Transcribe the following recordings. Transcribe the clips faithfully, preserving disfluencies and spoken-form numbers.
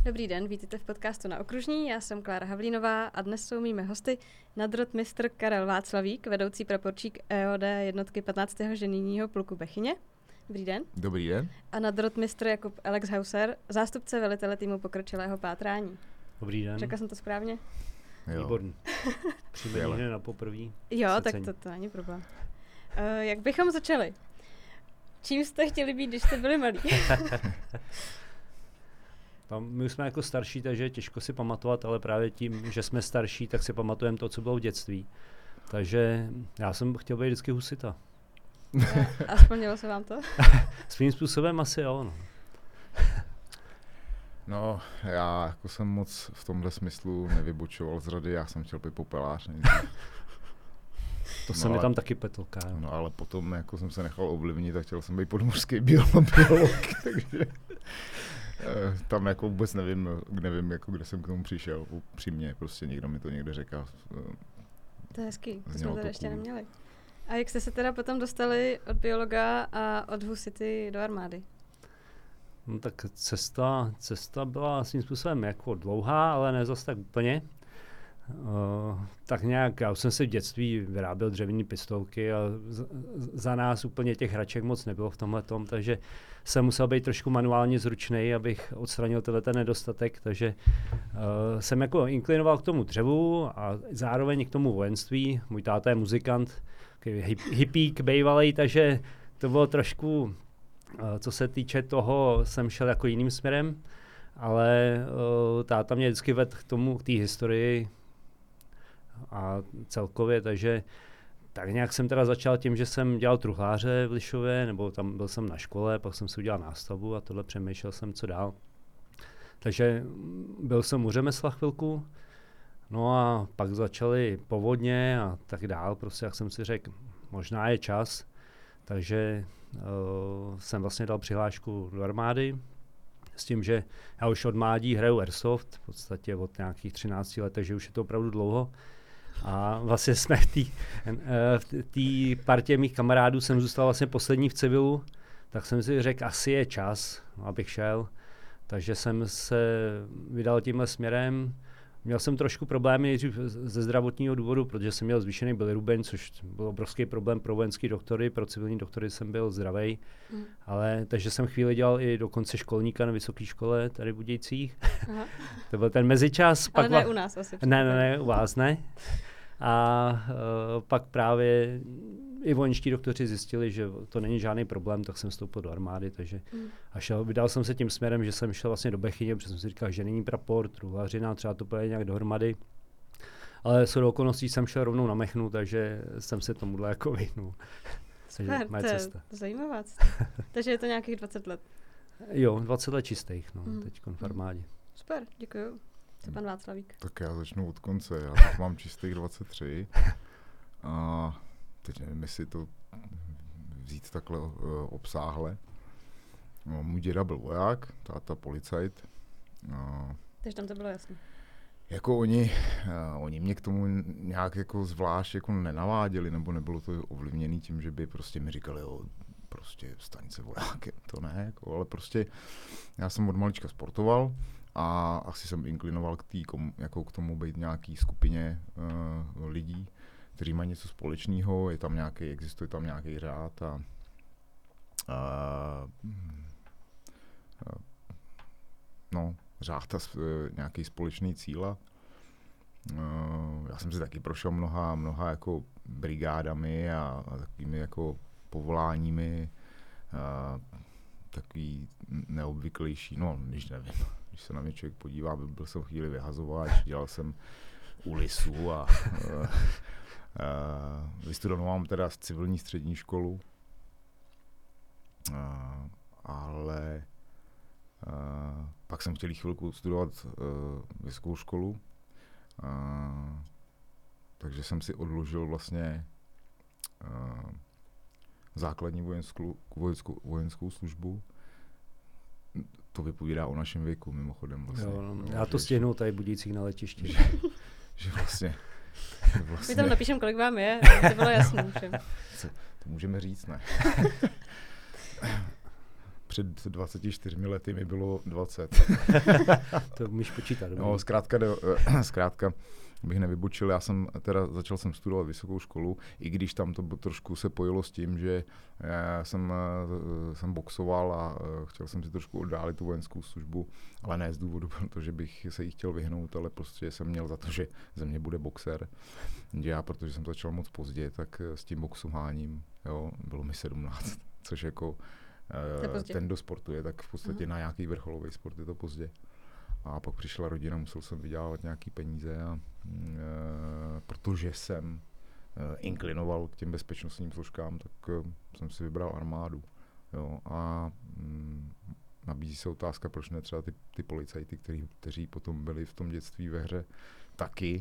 Dobrý den, vítejte v podcastu Na okružní, já jsem Klára Havlínová a dnes jsou mými hosty nadrotmistr Karel Václavík, vedoucí praporčík E O D jednotky patnáctého ženijního pluku Bechyně. Dobrý den. Dobrý den. A nadrotmistr Jakub Alexhauser, zástupce velitele týmu pokročilého pátrání. Dobrý den. Řekla jsem to správně? Jo. Výborný. Přijme hned na poprví. Jo, tak to, to není problém. Uh, jak bychom začali? Čím jste chtěli být, když jste byli malí? My už jsme jako starší, takže je těžko si pamatovat, ale právě tím, že jsme starší, tak si pamatujeme to, co bylo v dětství. Takže já jsem chtěl být vždycky husita. A splnilo se vám to? Svým způsobem asi jo. No. No, já jako jsem moc v tomhle smyslu nevybočoval z řady, já jsem chtěl být popelář. To se no, mi tam taky petolká. Jo. No ale potom jako jsem se nechal ovlivnit a chtěl jsem být podmořský biolog, takže tam jako vůbec nevím, nevím jako kde jsem k tomu přišel, upřímně, prostě někdo mi to někde řekl. To je hezký, to jsme tady ještě neměli. A jak jste se teda potom dostali od biologa a od husity do armády? No tak cesta, cesta byla svým způsobem jako dlouhá, ale ne zase tak úplně. Uh, tak nějak, já už jsem si v dětství vyráběl dřevěné pistolky a z, za nás úplně těch hraček moc nebylo v tomhletom, takže jsem musel být trošku manuálně zručnej, abych odstranil tenhle nedostatek, takže uh, jsem jako inklinoval k tomu dřevu a zároveň k tomu vojenství. Můj táta je muzikant, hippík bejvalej, takže to bylo trošku, uh, co se týče toho, jsem šel jako jiným směrem, ale uh, táta mě vždycky vedl k tomu, k té historii a celkově, takže tak nějak jsem teda začal tím, že jsem dělal truhláře v Lišově, nebo tam byl jsem na škole, pak jsem si udělal nástavbu a tohle přemýšlel jsem, co dál. Takže byl jsem u řemesla chvilku, no a pak začaly povodně a tak dál, prostě jak jsem si řekl, možná je čas, takže uh, jsem vlastně dal přihlášku do armády, s tím, že já už od mládí hraju Airsoft, v podstatě od nějakých třinácti let, takže už je to opravdu dlouho. A vlastně jsme v té partě mých kamarádů, jsem zůstal vlastně poslední v civilu, tak jsem si řekl, asi je čas, abych šel. Takže jsem se vydal tímhle směrem. Měl jsem trošku problémy nejdřív ze zdravotního důvodu, protože jsem měl zvýšený bilirubin, což byl obrovský problém pro vojenský doktory, pro civilní doktory jsem byl zdravej. Mm. Ale takže jsem chvíli dělal i dokonce školníka na vysoké škole tady v Budějcích. To byl ten mezičas. Ale pak ne va- u nás asi. Ne, ne, ne, u vás ne. A uh, pak právě i vojenští doktoři zjistili, že to není žádný problém, tak jsem vstoupil do armády, takže mm. a šel, vydal jsem se tím směrem, že jsem šel vlastně do Bechyně, protože jsem si říkal, že není prapor, truhlařina, třeba to půjde nějak dohromady. Ale shodou okolností jsem šel rovnou na Mechnu, takže jsem se tomuhle jako vyhnul. Super, to je zajímavá cesta. Takže je to nějakých dvacet let. Jo, dvacet let čistých, no, mm. teď v armádě. Super, děkuju. To pan Václavík. Tak já začnu od konce, já teď mám čistých dvacet tři a teď nevím, jestli to vzít takhle uh, obsáhle. No, můj děda byl voják, táta policajt. Uh, Takže tam to bylo jasné. Jako oni, uh, oni mě k tomu nějak jako zvlášť jako nenaváděli, nebo nebylo to ovlivněné tím, že by prostě mi říkali, jo, prostě staň se vojákem, to ne, jako, ale prostě já jsem od malička sportoval a asi jsem inklinoval k, tý, kom, jako k tomu být nějaký skupině uh, lidí, kteří mají něco společného, je tam nějaký, existuje tam nějaký řád a, a, a no, řád a nějaký společný cíl. Já jsem si taky prošel mnoha, mnoha jako brigádami a, a takovými jako povoláními, a, takový neobvyklejší, no, když nevím, když se na mě člověk podívá, byl jsem chvíli vyhazovač, dělal jsem u lisů a, a, a vystudoval mám teda civilní střední školu, a, ale a, pak jsem chtěl chvilku studovat uh, vysokou školu, a, takže jsem si odložil vlastně uh, základní vojenskou, vojenskou, vojenskou službu. To vypovídá o našem věku, mimochodem. Vlastně. Jo, no, já to stihnu tady Budějcích na letišti. Že, že vlastně, že vlastně... My tam napíšem, kolik vám je, to bylo jasný všem. To můžeme říct, ne? před dvaceti čtyřmi lety mi bylo dvacet. To umíš počítat. No, zkrátka, zkrátka bych nevybočil, já jsem teda začal jsem studovat vysokou školu, i když tam to trošku se pojilo s tím, že já jsem, jsem boxoval a chtěl jsem si trošku oddálit tu vojenskou službu, ale ne z důvodu, protože bych se jí chtěl vyhnout, ale prostě jsem měl za to, že ze mě bude boxer. Já, protože jsem začal moc pozdě, tak s tím boxováním, jo, bylo mi sedmnáct, což jako ten, kdo sportuje, tak v podstatě uh-huh. na nějaký vrcholový sport je to pozdě. A pak přišla rodina, musel jsem vydělávat nějaký peníze, a, e, protože jsem e, inklinoval k těm bezpečnostním složkám, tak e, jsem si vybral armádu. Jo, a mm, nabízí se otázka, proč ne třeba ty, ty policajty, který, kteří potom byli v tom dětství ve hře taky,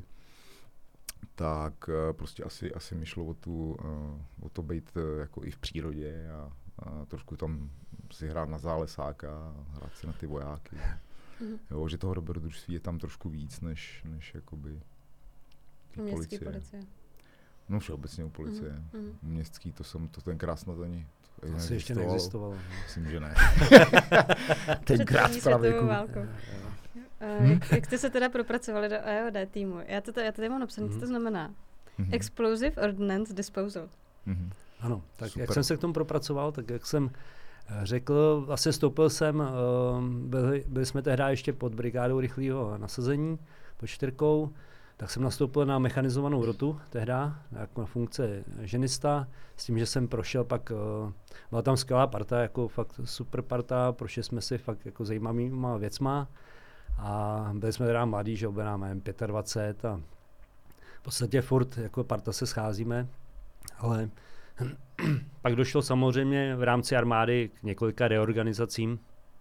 tak e, prostě asi, asi mi šlo o, tu, e, o to být e, jako i v přírodě a, a trošku tam si hrát na zálesáka a hrát si na ty vojáky. Mm. Jo, že toho dobrodružství je tam trošku víc, než, než jakoby městský policie. policie. No všeobecně u policie. Mm. Městský to jsem, to tenkrát snad ani to asi ještě neexistovalo. Myslím, že ne. Tenkrát právě válkou. Uh, jak, jak jste se teda propracovali do E O D týmu? Já to, já to tady mám napsané, mm. co to znamená. Mm. Explosive Ordnance Disposal. Mm. Ano, tak super. Jak jsem se k tomu propracoval, tak jak jsem řekl, vlastně stoupil jsem, byli, byli jsme tehdy ještě pod brigádou rychlého nasazení, pod čtyřkou, tak jsem nastoupil na mechanizovanou rotu tehda, jako na funkce ženista, s tím, že jsem prošel pak, byla tam skvělá parta, jako fakt super parta, prošli jsme si fakt jako zajímavýma věcma a byli jsme teda mladí, že oba máme dvacet pět a v podstatě furt jako parta se scházíme, ale pak došlo samozřejmě v rámci armády k několika reorganizacím,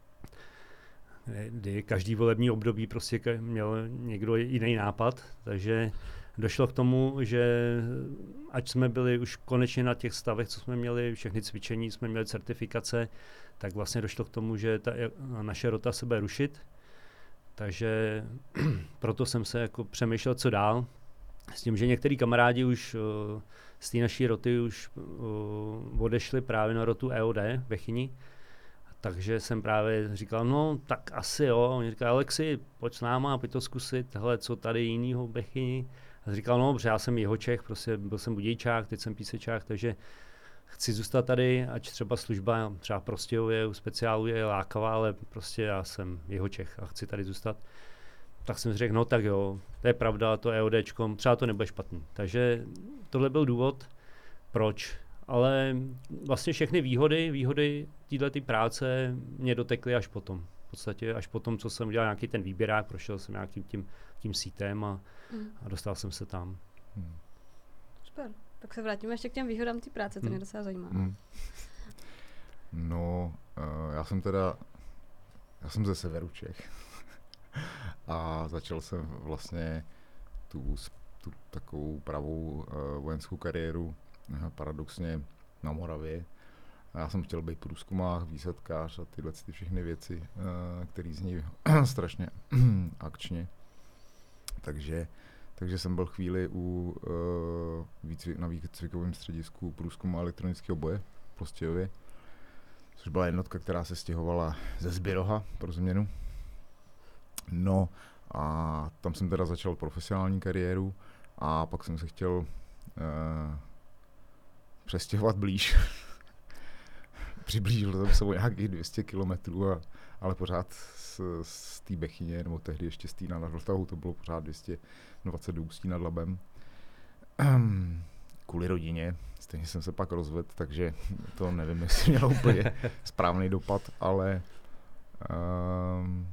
kdy každý volební období prostě měl někdo jiný nápad, takže došlo k tomu, že ať jsme byli už konečně na těch stavech, co jsme měli, všechny cvičení, jsme měli certifikace, tak vlastně došlo k tomu, že ta naše rota se bude rušit, takže proto jsem se jako přemýšlel, co dál, s tím, že některý kamarádi už uh, z té naší roty už uh, odešli právě na rotu E O D v Bechyni, takže jsem právě říkal, no tak asi jo, on říkal, Alexi, pojď s náma, pojď to zkusit, hele, co tady jinýho v Bechyni. A říkal, no dobře, já jsem Jihočech, prostě byl jsem Budějčák, teď jsem Písečák, takže chci zůstat tady, ať třeba služba třeba v Prostějově, u speciálu je lákavá, ale prostě já jsem Jihočech a chci tady zůstat. Tak jsem si řekl, no tak jo, to je pravda, to EODčko, třeba to nebude špatný. Takže tohle byl důvod, proč. Ale vlastně všechny výhody, výhody této práce mě dotekly až potom. V podstatě až potom, co jsem udělal nějaký ten výběrák, prošel jsem nějakým tím, tím sítem a, hmm. a dostal jsem se tam. Hmm. Super. Tak se vrátíme ještě k těm výhodám té práce, to hmm. mě docela zajímá. Hmm. No, uh, já jsem teda, já jsem ze severu Čech. A začal jsem vlastně tu, tu takovou pravou uh, vojenskou kariéru uh, paradoxně na Moravě. A já jsem chtěl být průzkumák, výsadkář a tyhle ty všechny věci, uh, které zní strašně akčně. Takže, takže jsem byl chvíli u, uh, výcvik, na výcvikovém středisku průzkumu elektronického boje v Prostějově, což byla jednotka, která se stěhovala ze Zbiroha pro změnu. No a tam jsem teda začal profesionální kariéru a pak jsem se chtěl uh, přestěhovat blíž. Přiblížil jsem se o nějakých dvě stě kilometrů, a, ale pořád z, z té Bechyně, nebo tehdy ještě z Týna nad Vltavou, to bylo pořád dvě stě dvacet do Ústí nad Labem. Kvůli rodině, stejně jsem se pak rozvedl, takže to nevím, jestli mělo úplně správný dopad, ale um,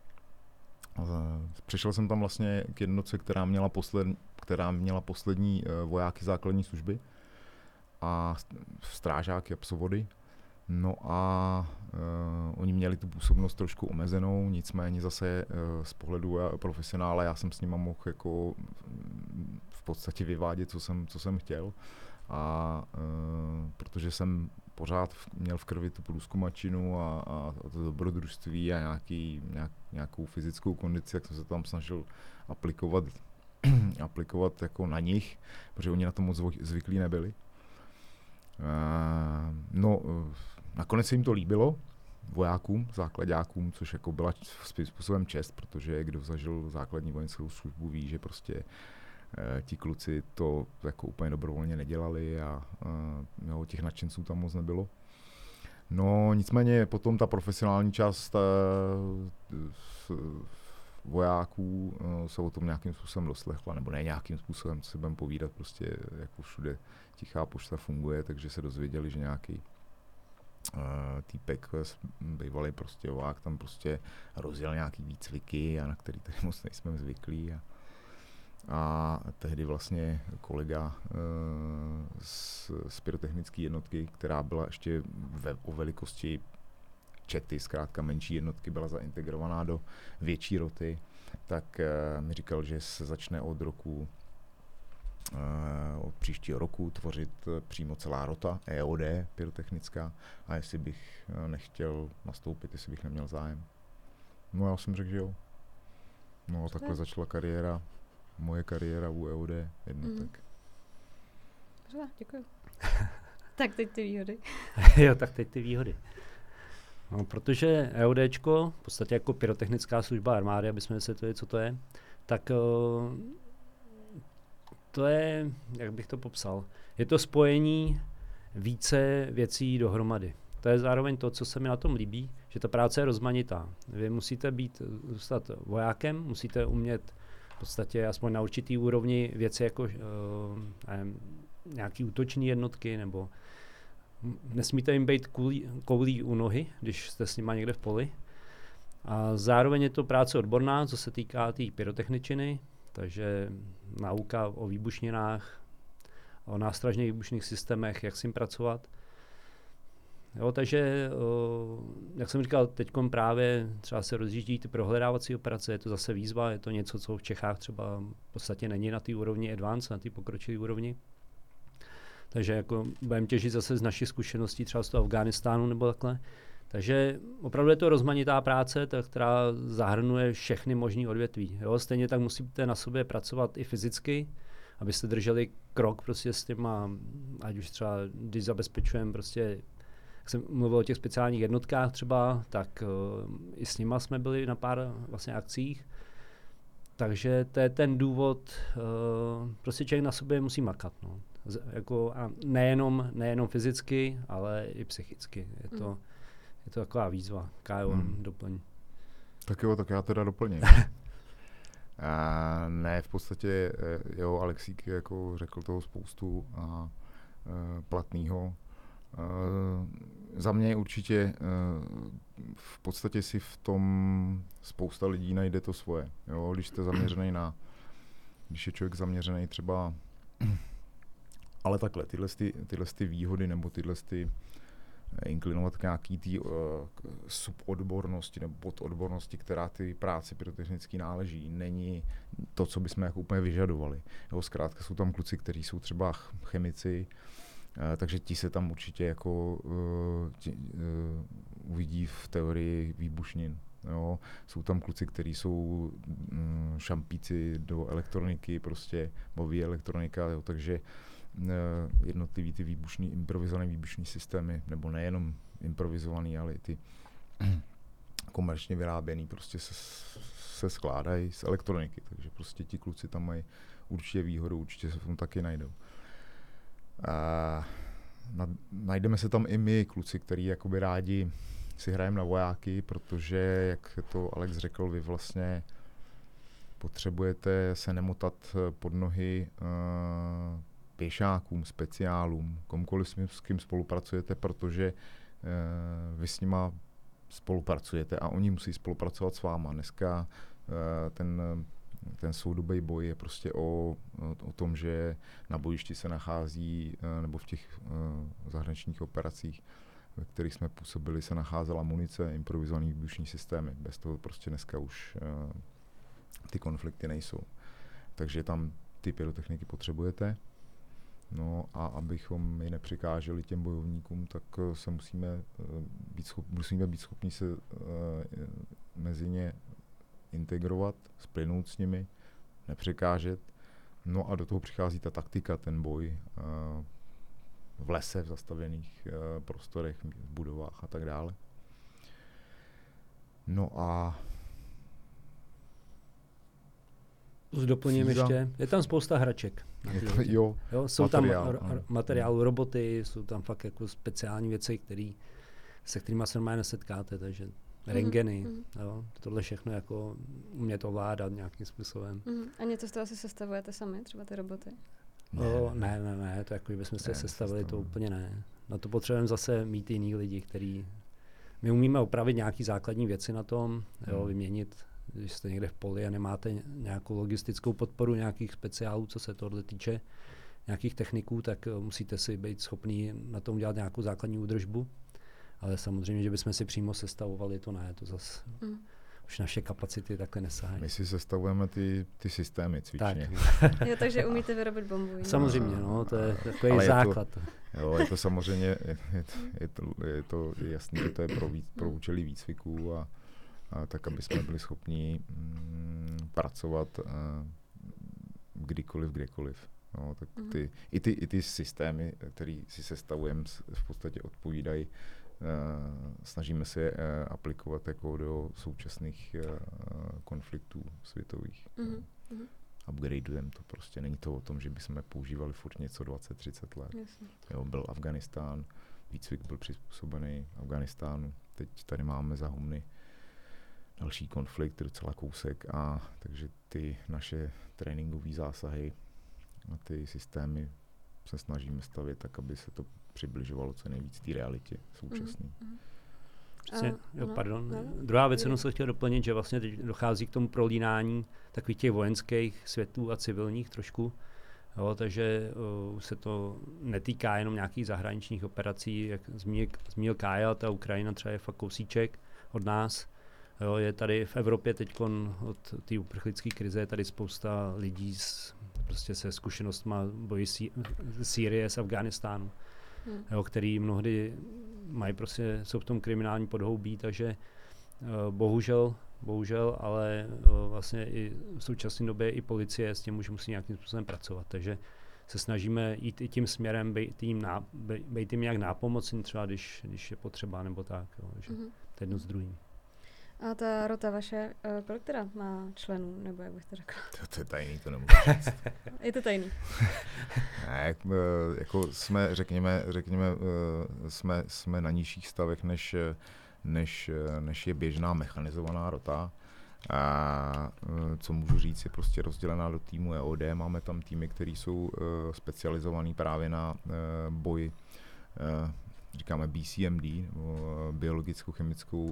přišel jsem tam vlastně k jednotce, která měla, posled, která měla poslední uh, vojáky základní služby a strážáky a psovody. No a uh, oni měli tu působnost trošku omezenou, nicméně zase uh, z pohledu profesionála já jsem s nima mohl jako v podstatě vyvádět, co jsem, co jsem chtěl. A uh, protože jsem pořád v, měl v krvi tu průzkumačinu a, a, a to dobrodružství a nějaký, nějak, nějakou fyzickou kondici, jak jsem se tam snažil aplikovat, aplikovat jako na nich, protože oni na to moc zvyklí nebyli. Uh, no, uh, nakonec se jim to líbilo, vojákům, základňákům, což jako byla svým způsobem čest, protože kdo zažil základní vojenskou službu ví, že prostě e, ti kluci to jako úplně dobrovolně nedělali a e, jo, těch nadšenců tam moc nebylo. No nicméně potom ta profesionální část e, s, vojáků e, se o tom nějakým způsobem doslechla, nebo ne nějakým způsobem, co si budeme povídat, prostě jako všude tichá pošta funguje, takže se dozvěděli, že nějaký Uh, týpek, bývalý prostě voják, tam prostě rozjel nějaký výcviky, a na který tady moc nejsme zvyklí. A, a tehdy vlastně kolega uh, z, z pyrotechnické jednotky, která byla ještě ve, o velikosti čety, zkrátka menší jednotky, byla zaintegrovaná do větší roty, tak uh, mi říkal, že se začne od roku od příštího roku tvořit přímo celá rota E O D pyrotechnická a jestli bych nechtěl nastoupit, jestli bych neměl zájem. No já jsem řekl, že jo. No a takhle začala kariéra, moje kariéra u E O D jednotek. Dobře, mm. děkuji. Tak teď ty výhody. Jo, tak teď ty výhody. No, protože EODčko, v podstatě jako pyrotechnická služba armády, aby jsme vysvětlili, co to je, tak uh, to je, jak bych to popsal, je to spojení více věcí dohromady. To je zároveň to, co se mi na tom líbí, že ta práce je rozmanitá. Vy musíte být, zůstat vojákem, musíte umět v podstatě aspoň na určitý úrovni věci jako uh, nevím, nějaký útoční jednotky, nebo nesmíte jim být koulí, koulí u nohy, když jste s nima někde v poli. A zároveň je to práce odborná, co se týká té tý pyrotechničiny, takže nauka o výbušninách, o nástražných výbušných systémech, jak s tím pracovat. Jo, takže, o, jak jsem říkal, teď právě třeba se rozjíždí ty prohledávací operace, je to zase výzva, je to něco, co v Čechách třeba v podstatě není na té úrovni advanced, na té pokročilé úrovni. Takže jako budeme těžit zase z našich zkušeností, třeba z toho Afghánistánu nebo takhle. Takže opravdu je to rozmanitá práce, ta, která zahrnuje všechny možné odvětví. Jo? Stejně tak musíte na sobě pracovat i fyzicky, abyste drželi krok prostě s těma, ať už třeba, když zabezpečujeme prostě, jak jsem mluvil o těch speciálních jednotkách třeba, tak uh, i s nima jsme byli na pár vlastně akcích. Takže to je ten důvod, uh, prostě člověk na sobě musí makat. No. Z, jako, a nejenom, nejenom fyzicky, ale i psychicky. Je to, mm. je to taková výzva. Kájo, mm. doplň. Tak jo, tak já teda doplním. a ne, v podstatě, jo, Alexík jako řekl toho spoustu a e, platnýho. E, za mě určitě e, v podstatě si v tom spousta lidí najde to svoje. Jo, když jste zaměřený na, když je člověk zaměřený třeba, ale takhle, tyhle, ty, tyhle ty výhody nebo tyhle ty inklinovat k nějaký tý, uh, subodbornosti nebo pododbornosti, která ty práci pyrotechnický náleží, není to, co bychom jako úplně vyžadovali. Jo, zkrátka jsou tam kluci, kteří jsou třeba chemici, uh, takže ti se tam určitě jako uh, ti, uh, uvidí v teorii výbušnin. Jo. Jsou tam kluci, kteří jsou um, šampíci do elektroniky, prostě baví elektronika, jo, takže jednotlivý ty výbušný, improvizované výbušní systémy, nebo nejenom improvizovaný, ale i ty komerčně vyráběný, prostě se, se skládají z elektroniky, takže prostě ti kluci tam mají určitě výhodu, určitě se v tom taky najdou. A na, najdeme se tam i my, kluci, který jakoby rádi si hrajeme na vojáky, protože, jak to Alex řekl, vy vlastně potřebujete se nemotat pod nohy uh, pěšákům, speciálům, komukoliv s kým spolupracujete, protože e, vy s nima spolupracujete a oni musí spolupracovat s váma. Dneska e, ten, ten soudobý boj je prostě o, o tom, že na bojišti se nachází, e, nebo v těch e, zahraničních operacích, ve kterých jsme působili, se nacházela munice, improvizované výbušní systémy. Bez toho prostě dneska už e, ty konflikty nejsou. Takže tam ty pyrotechniky potřebujete. No a abychom je nepřekáželi těm bojovníkům, tak se musíme být, schop, musíme být schopni se uh, mezi ně integrovat, splynout s nimi, nepřekážet. No a do toho přichází ta taktika, ten boj uh, v lese, v zastavěných uh, prostorech, v budovách a tak dále. No a doplním Fíza. ještě, je tam spousta hraček. Je to, jo, jo, jsou materiál, tam r- r- materiál, roboty, jsou tam fakt jako speciální věci, který, se kterými se normálně nesetkáte, takže mm. rentgeny, mm. jo, tohle všechno jako umět ovládat nějakým způsobem. Mm. A něco z toho asi sestavujete sami, třeba ty roboty? Ne, o, ne, ne, ne, to jako bychom se sestavili, to úplně ne. Na to potřebujeme zase mít jiný lidi, který... My umíme opravit nějaký základní věci na tom, jo, hmm. vyměnit, když jste někde v poli a nemáte nějakou logistickou podporu nějakých speciálů, co se tohle týče, nějakých techniků, tak uh, musíte si být schopný na tom dělat nějakou základní údržbu. Ale samozřejmě, že bychom si přímo sestavovali, to ne, to zase... Hmm. Už naše kapacity takhle nesahají. My si sestavujeme ty, ty systémy cvičně. Tak. Jo, takže umíte vyrobit bombu. Samozřejmě, no, to je takový ale základ. Je to, jo, je to samozřejmě, je, je, to, je, to, je to jasný, že to je pro, víc, pro účely výcviku a, a tak, aby jsme byli schopni mm, pracovat uh, kdykoliv, kdekoliv. No, tak ty, i, ty, I ty systémy, které si sestavujeme, v podstatě odpovídají. Uh, snažíme se je uh, aplikovat jako do současných uh, konfliktů světových. Mm-hmm. Upgradeujeme to prostě. Není to o tom, že bychom používali furt něco dvacet třicet let. Jasně. Jo, byl Afganistán, výcvik byl přizpůsobený Afganistánu. Teď tady máme za humny další konflikt, docela kousek, a takže ty naše tréninkové zásahy a ty systémy se snažíme stavět tak, aby se to přibližovalo co nejvíc té realitě současný. Mm-hmm. Vlastně, jo, no, pardon. no. Druhá věc, jenom jsem chtěl doplnit, že vlastně teď dochází k tomu prolínání takových těch vojenských světů a civilních trošku. Jo, takže uh, se to netýká jenom nějakých zahraničních operací, jak zmínil, zmínil Kája, ta Ukrajina třeba je fakt kousíček od nás. Jo, je tady v Evropě teď od té uprchlické krize je tady spousta lidí s, prostě se zkušenostma boji z Sýrie, z Afghánistánu, hmm. jo, který mnohdy mají prostě, jsou v tom kriminální podhoubí, takže uh, bohužel, bohužel, ale uh, vlastně i v současné době i policie s tím už musí nějakým způsobem pracovat, takže se snažíme jít i tím směrem, být jim, ná, být jim nějak nápomocný, třeba když, když je potřeba, nebo tak, jo, že hmm. to je jedno z druhým. A ta rota vaše, uh, kolik teda má členů, nebo jak bych to řekla? To, to je tajný, to nemůžu říct. Je to tajný. Ne, jako jsme, řekněme, řekněme jsme, jsme na nižších stavech, než, než, než je běžná mechanizovaná rota. A co můžu říct, je prostě rozdělená do týmu E O D. Máme tam týmy, které jsou specializované právě na boj, říkáme B C M D, biologickou chemickou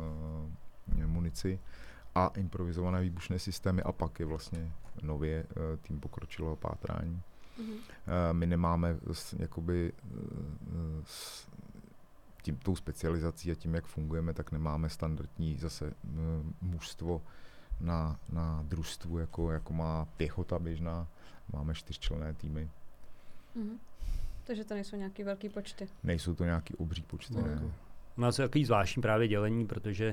munici, a improvizované výbušné systémy, a pak je vlastně nově uh, tým pokročilého pátrání. Mm-hmm. Uh, my nemáme s, jakoby uh, s tím, tou specializací a tím, jak fungujeme, tak nemáme standardní zase uh, mužstvo na, na družstvu, jako, jako má pěchota běžná. Máme čtyřčlenné týmy. Mm-hmm. Takže to nejsou nějaký velký počty? Nejsou to nějaký obří počty, no, ne. Má to takový zvláštní právě dělení, protože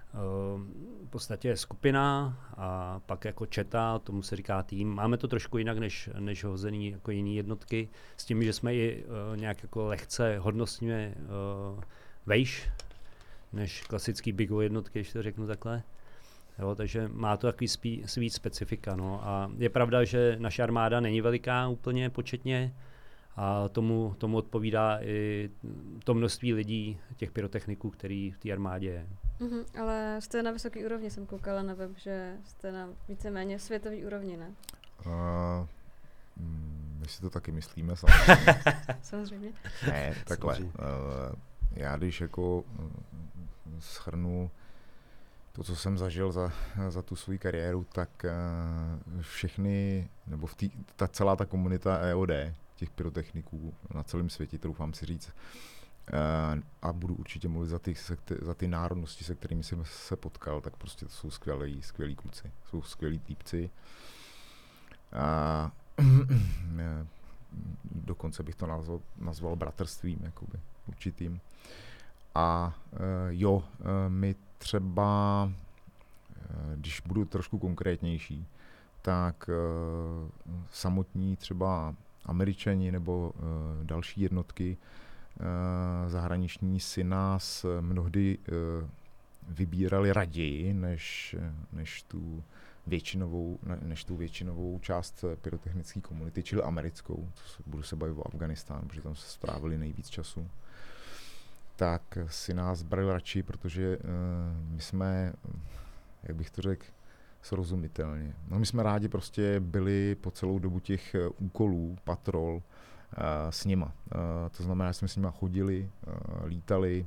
v podstatě je skupina a pak jako četa, tomu se říká tým. Máme to trošku jinak než, než hozený jako jiný jednotky, s tím, že jsme i uh, nějak jako lehce hodnostně uh, vejš než klasický big O jednotky, když to řeknu takhle. Jo, takže má to takový spí, svý specifika. No. A je pravda, že naše armáda není veliká úplně početně, a tomu, tomu odpovídá i to množství lidí, těch pyrotechniků, který v té armádě je. Mm-hmm, ale jste na vysoké úrovni, jsem koukala na web, že jste na víceméně světové úrovni, ne? Uh, mm, my si to taky myslíme, samozřejmě. Samozřejmě. Ne, takhle. Uh, já když jako uh, shrnu to, co jsem zažil za, za tu svou kariéru, tak uh, všechny, nebo v tý, ta celá ta komunita E O D, těch pyrotechniků na celém světě, troufám si říct, uh, a budu určitě mluvit za ty, za ty národnosti, se kterými jsem se potkal, tak prostě to jsou skvělí, skvělí kluci, jsou skvělí týpci. Uh, dokonce bych to nazval, nazval bratrstvím, jakoby, určitým. A uh, jo, uh, my třeba, uh, když budu trošku konkrétnější, tak uh, samotní třeba Američani nebo uh, další jednotky uh, zahraniční si nás mnohdy uh, vybírali raději než, než, tu většinovou, ne, než tu většinovou část pyrotechnické komunity, čili americkou, to se, budu se bavit o Afghánistánu, protože tam se strávili nejvíc času, tak si nás brali radši, protože uh, my jsme, jak bych to řekl, srozumitelně. No my jsme rádi prostě byli po celou dobu těch uh, úkolů, patrol, uh, s nima. Uh, to znamená, že jsme s nima chodili, uh, lítali,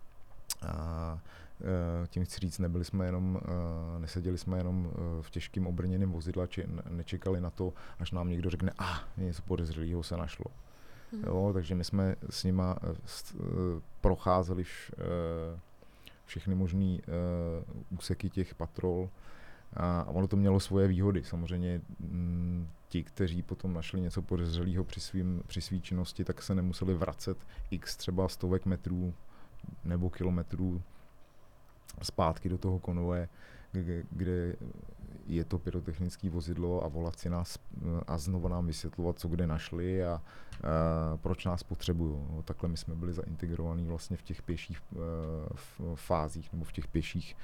a uh, tím chci říct, nebyli jsme jenom, uh, neseděli jsme jenom uh, v těžkým obrněném vozidle, či nečekali na to, až nám někdo řekne, a ah, něco podezřelého se našlo. Mm. Jo, takže my jsme s nima uh, st, uh, procházeli vš, uh, všechny možné uh, úseky těch patrol a ono to mělo svoje výhody. Samozřejmě m, ti, kteří potom našli něco podezřelého při, svým, při svý činnosti, tak se nemuseli vracet x třeba stovek metrů nebo kilometrů zpátky do toho konvoje, kde je to pyrotechnické vozidlo a volat si nás a znovu nám vysvětlovat, co kde našli a, a proč nás potřebují. No, takhle my jsme byli zaintegrovaní vlastně v těch pěších uh, fázích nebo v těch pěších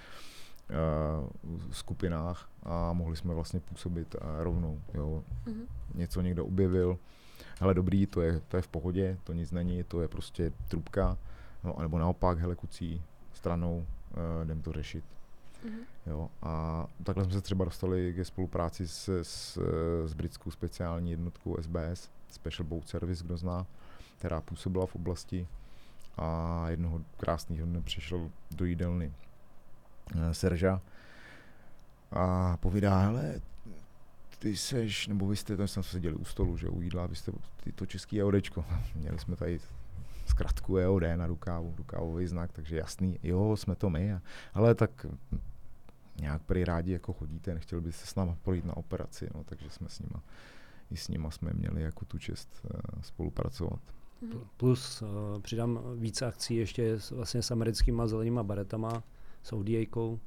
uh, skupinách a mohli jsme vlastně působit uh, rovnou. Jo. Mm-hmm. Něco někdo objevil, hele dobrý, to je, to je v pohodě, to nic není, to je prostě trubka, no, nebo naopak, hele kucí, stranou, uh, jdem to řešit. Mm-hmm. Jo, a takhle jsme se třeba dostali ke spolupráci s, s, s britskou speciální jednotkou S B S, Special Boat Service, kdo zná, která působila v oblasti a jednoho krásného dne přišel do jídelny uh, Serža a povídá, hele, ty seš, nebo vy jste, tam jsme seděli u stolu, že u jídla, vy jste ty to český EODčko, měli jsme tady zkratku E O D na rukávu, rukávový znak, takže jasný, jo, jsme to my, a, ale tak nějak prý rádi jako chodíte, nechtěli byste s náma projít na operaci, no, takže jsme s nima, i s nima jsme měli jako tu čest uh, spolupracovat. Plus uh, přidám více akcí ještě s, vlastně s americkýma zelenýma baretama, s O D A-kou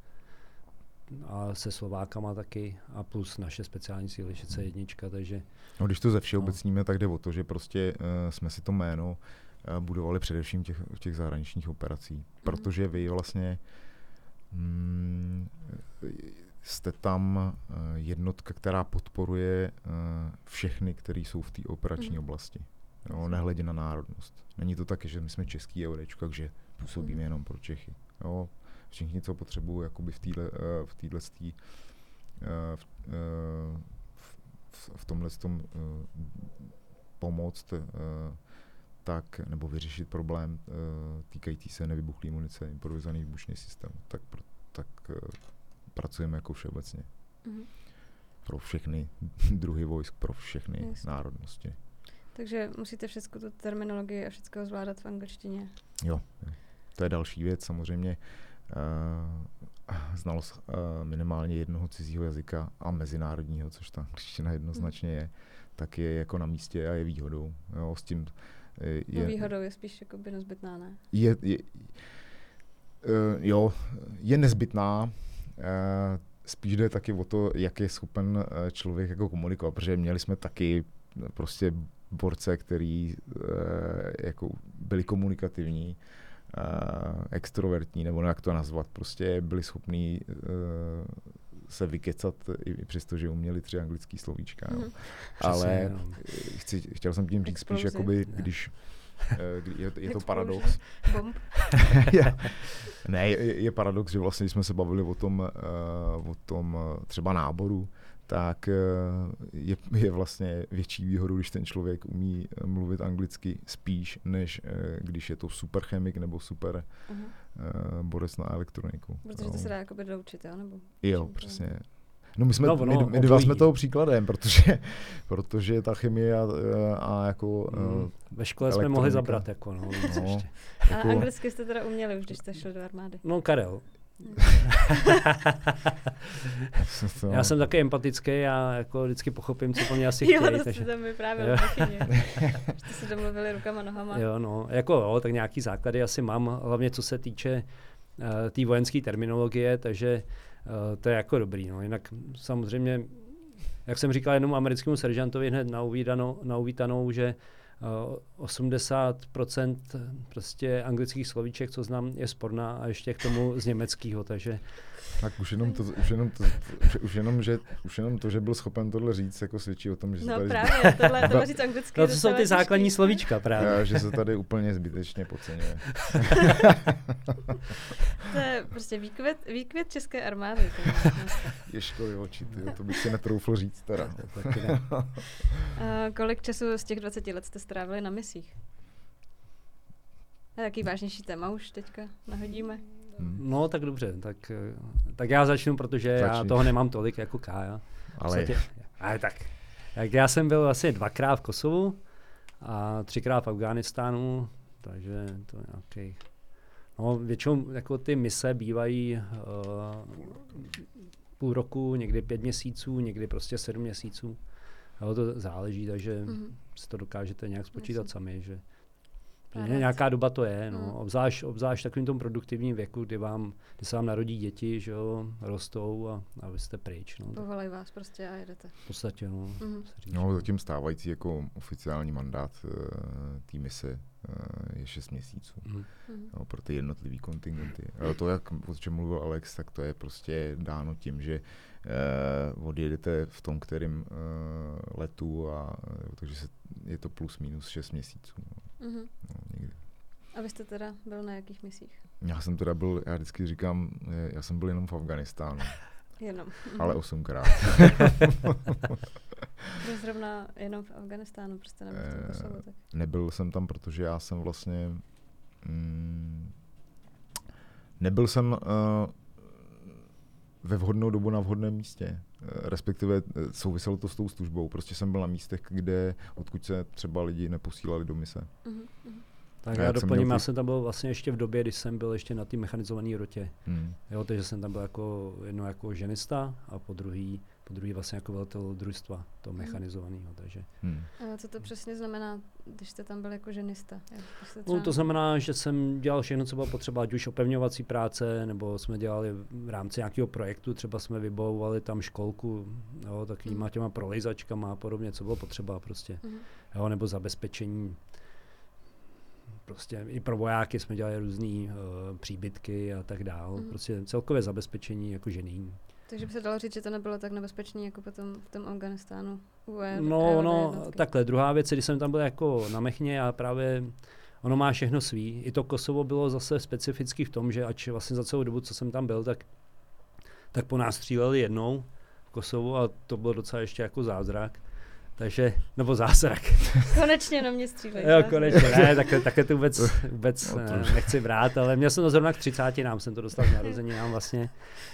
a se Slovákama taky a plus naše speciální síly C jedna, takže... No, když to ze všeobecníme, no. tak jde o to, že prostě uh, jsme si to jméno budovali především těch, v těch zahraničních operacích, mm. protože vy vlastně mm, jste tam uh, jednotka, která podporuje uh, všechny, kteří jsou v té operační mm. oblasti, jo, nehledě na národnost. Není to tak, že my jsme český EODčko, takže působíme mm. jenom pro Čechy. Jo. Všichni, co potřebují jakoby v téhle uh, v téhle uh, v, uh, v, v tomhle tom uh, pomoct, uh, tak, nebo vyřešit problém uh, týkající se nevybuchlé munice, improvizovaný výbušný systém, tak, pro, tak uh, pracujeme jako všeobecně. Mm-hmm. Pro všechny druhy vojsk, pro všechny yes. národnosti. Takže musíte všechno tu terminologii a všechno zvládat v angličtině. Jo, to je další věc, samozřejmě uh, znalost uh, minimálně jednoho cizího jazyka a mezinárodního, což ta angličtina jednoznačně mm. je, tak je jako na místě a je výhodou. Jo, s tím Je, no výhodou je spíš jako by nezbytná, ne? Je, je, uh, jo, je nezbytná, uh, spíš jde taky o to, jak je schopen uh, člověk jako komunikovat, protože měli jsme taky prostě borce, který uh, jako byli komunikativní, uh, extrovertní, nebo jak to nazvat, prostě byli schopní uh, se vykecat, i přesto, že uměli tři anglický slovíčka. Mm. Ale chci, chtěl jsem tím říct spíš, jakoby, když je, je to paradox. je, ne, je, je paradox, že vlastně, když jsme se bavili o tom, uh, o tom uh, třeba náboru, tak uh, je, je vlastně větší výhodou, když ten člověk umí mluvit anglicky spíš, než uh, když je to super chemik nebo super uh-huh. uh, borec na elektroniku. Protože to se dá jakoby doučit, jo? Nebo jo, přesně. No my jsme, no, no, my, my dva jsme toho příkladem, protože, protože ta chemie a, a jako mm, ve škole jsme mohli zabrat, jako no. no jako, a anglicky jste teda uměli už, když jste šli do armády. No Karel. Já jsem taky empatický, já jako vždycky pochopím, co po mě asi chtějí. Jo, to takže... jste tam vyprávěl v Bechyni. Jste se domluvili rukama, nohama. Jo, no, jako jo, tak nějaký základy asi mám, hlavně co se týče uh, té vojenské terminologie, takže Uh, to je jako dobrý, no. Jinak samozřejmě, jak jsem říkal jednomu americkému seržantovi hned na uvítanou, na uvítanou že osmdesát procent prostě anglických slovíček, co znám, je sporná a ještě k tomu z německého, takže... Tak už jenom to, už jenom to, už, už, jenom, že, už jenom to, že byl schopen tohle říct, jako svědčí o tom, že se no tady... No právě, tohle, tohle říct anglicky. No to jsou ty základní těžký. Slovíčka právě. Já, že se tady úplně zbytečně podceňuje. To je prostě výkvět, výkvět české armády. Ježkovi oči, tyjo, to bych si netroufl říct teda. uh, kolik času z těch dvaceti let jste strávili na misích? A jaký vážnější téma už teďka nahodíme? No tak dobře, tak, tak já začnu, protože Začni. já toho nemám tolik jako Kája. Ale... Ale tak, jak já jsem byl asi dvakrát v Kosovu a třikrát v Afghánistánu, takže to je nějaký... No většinou jako ty mise bývají uh, půl roku, někdy pět měsíců, někdy prostě sedm měsíců. Jo, to záleží, takže mm-hmm. si to dokážete nějak spočítat Jasně. sami, že Že nějaká doba to je, no. Hmm. Obzvlášť, obzvlášť takovým tom produktivním věku, kdy, vám, kdy se vám narodí děti, že jo, rostou a, a vy jste pryč. No. Povolají vás prostě a jedete. V podstatě, no. Hmm. No, zatím stávající jako oficiální mandát uh, té mise uh, je šest měsíců. Hmm. No, pro ty jednotlivý kontingenty. Ale to, jak, o čem mluvil Alex, tak to je prostě dáno tím, že uh, odjedete v tom, kterým uh, letu a uh, takže se, je to plus minus šest měsíců. No. Mm-hmm. No, někdy. A vy jste teda byl na jakých misích? Já jsem teda byl, já vždycky říkám, já jsem byl jenom v Afghánistánu. Jenom. Ale osmkrát. Byl zrovna jenom v Afghánistánu, prostě nebyl v tom Kosovu, tak? Nebyl jsem tam, protože já jsem vlastně... Mm, nebyl jsem uh, ve vhodnou dobu na vhodném místě. Respektive souviselo to s tou službou. Prostě jsem byl na místech, kde, odkud se třeba lidi neposílali do mise. Uh-huh. Tak já doplním, já jsem tam byl vlastně ještě v době, kdy jsem byl ještě na té mechanizované rotě. Hmm. Jo, takže jsem tam byl jako jedno jako ženista a po druhý, po druhý vlastně jako velitel družstva, to mechanizovaného, takže. Hmm. A co to přesně znamená, když jste tam byl jako ženista? Třeba... No, to znamená, že jsem dělal všechno, co bylo potřeba, ať už opevňovací práce, nebo jsme dělali v rámci nějakého projektu, třeba jsme vybavovali tam školku, jo, takovýma těma prolejzačkama a podobně, co bylo potřeba prostě, hmm. jo, nebo zabezpečení. Prostě i pro vojáky jsme dělali různé uh, příbytky a tak dál. Mm. Prostě celkové zabezpečení jako žený. Takže by se dalo říct, že to nebylo tak nebezpečné jako potom v tom Afghánistánu. No, no, takhle. Druhá věc, když jsem tam byl jako na Mechně a právě ono má všechno svý. I to Kosovo bylo zase specifický v tom, že ač vlastně za celou dobu, co jsem tam byl, tak, tak po nás stříleli jednou v Kosovu a to bylo docela ještě jako zázrak. Takže, nebo zázrak. Konečně na mě střílej. Jo, konečně, ne, takhle, takhle to vůbec, vůbec no, ne, nechci brát, ale měl jsem to zrovna k třicátinám, jsem to dostal k narozeninám vlastně.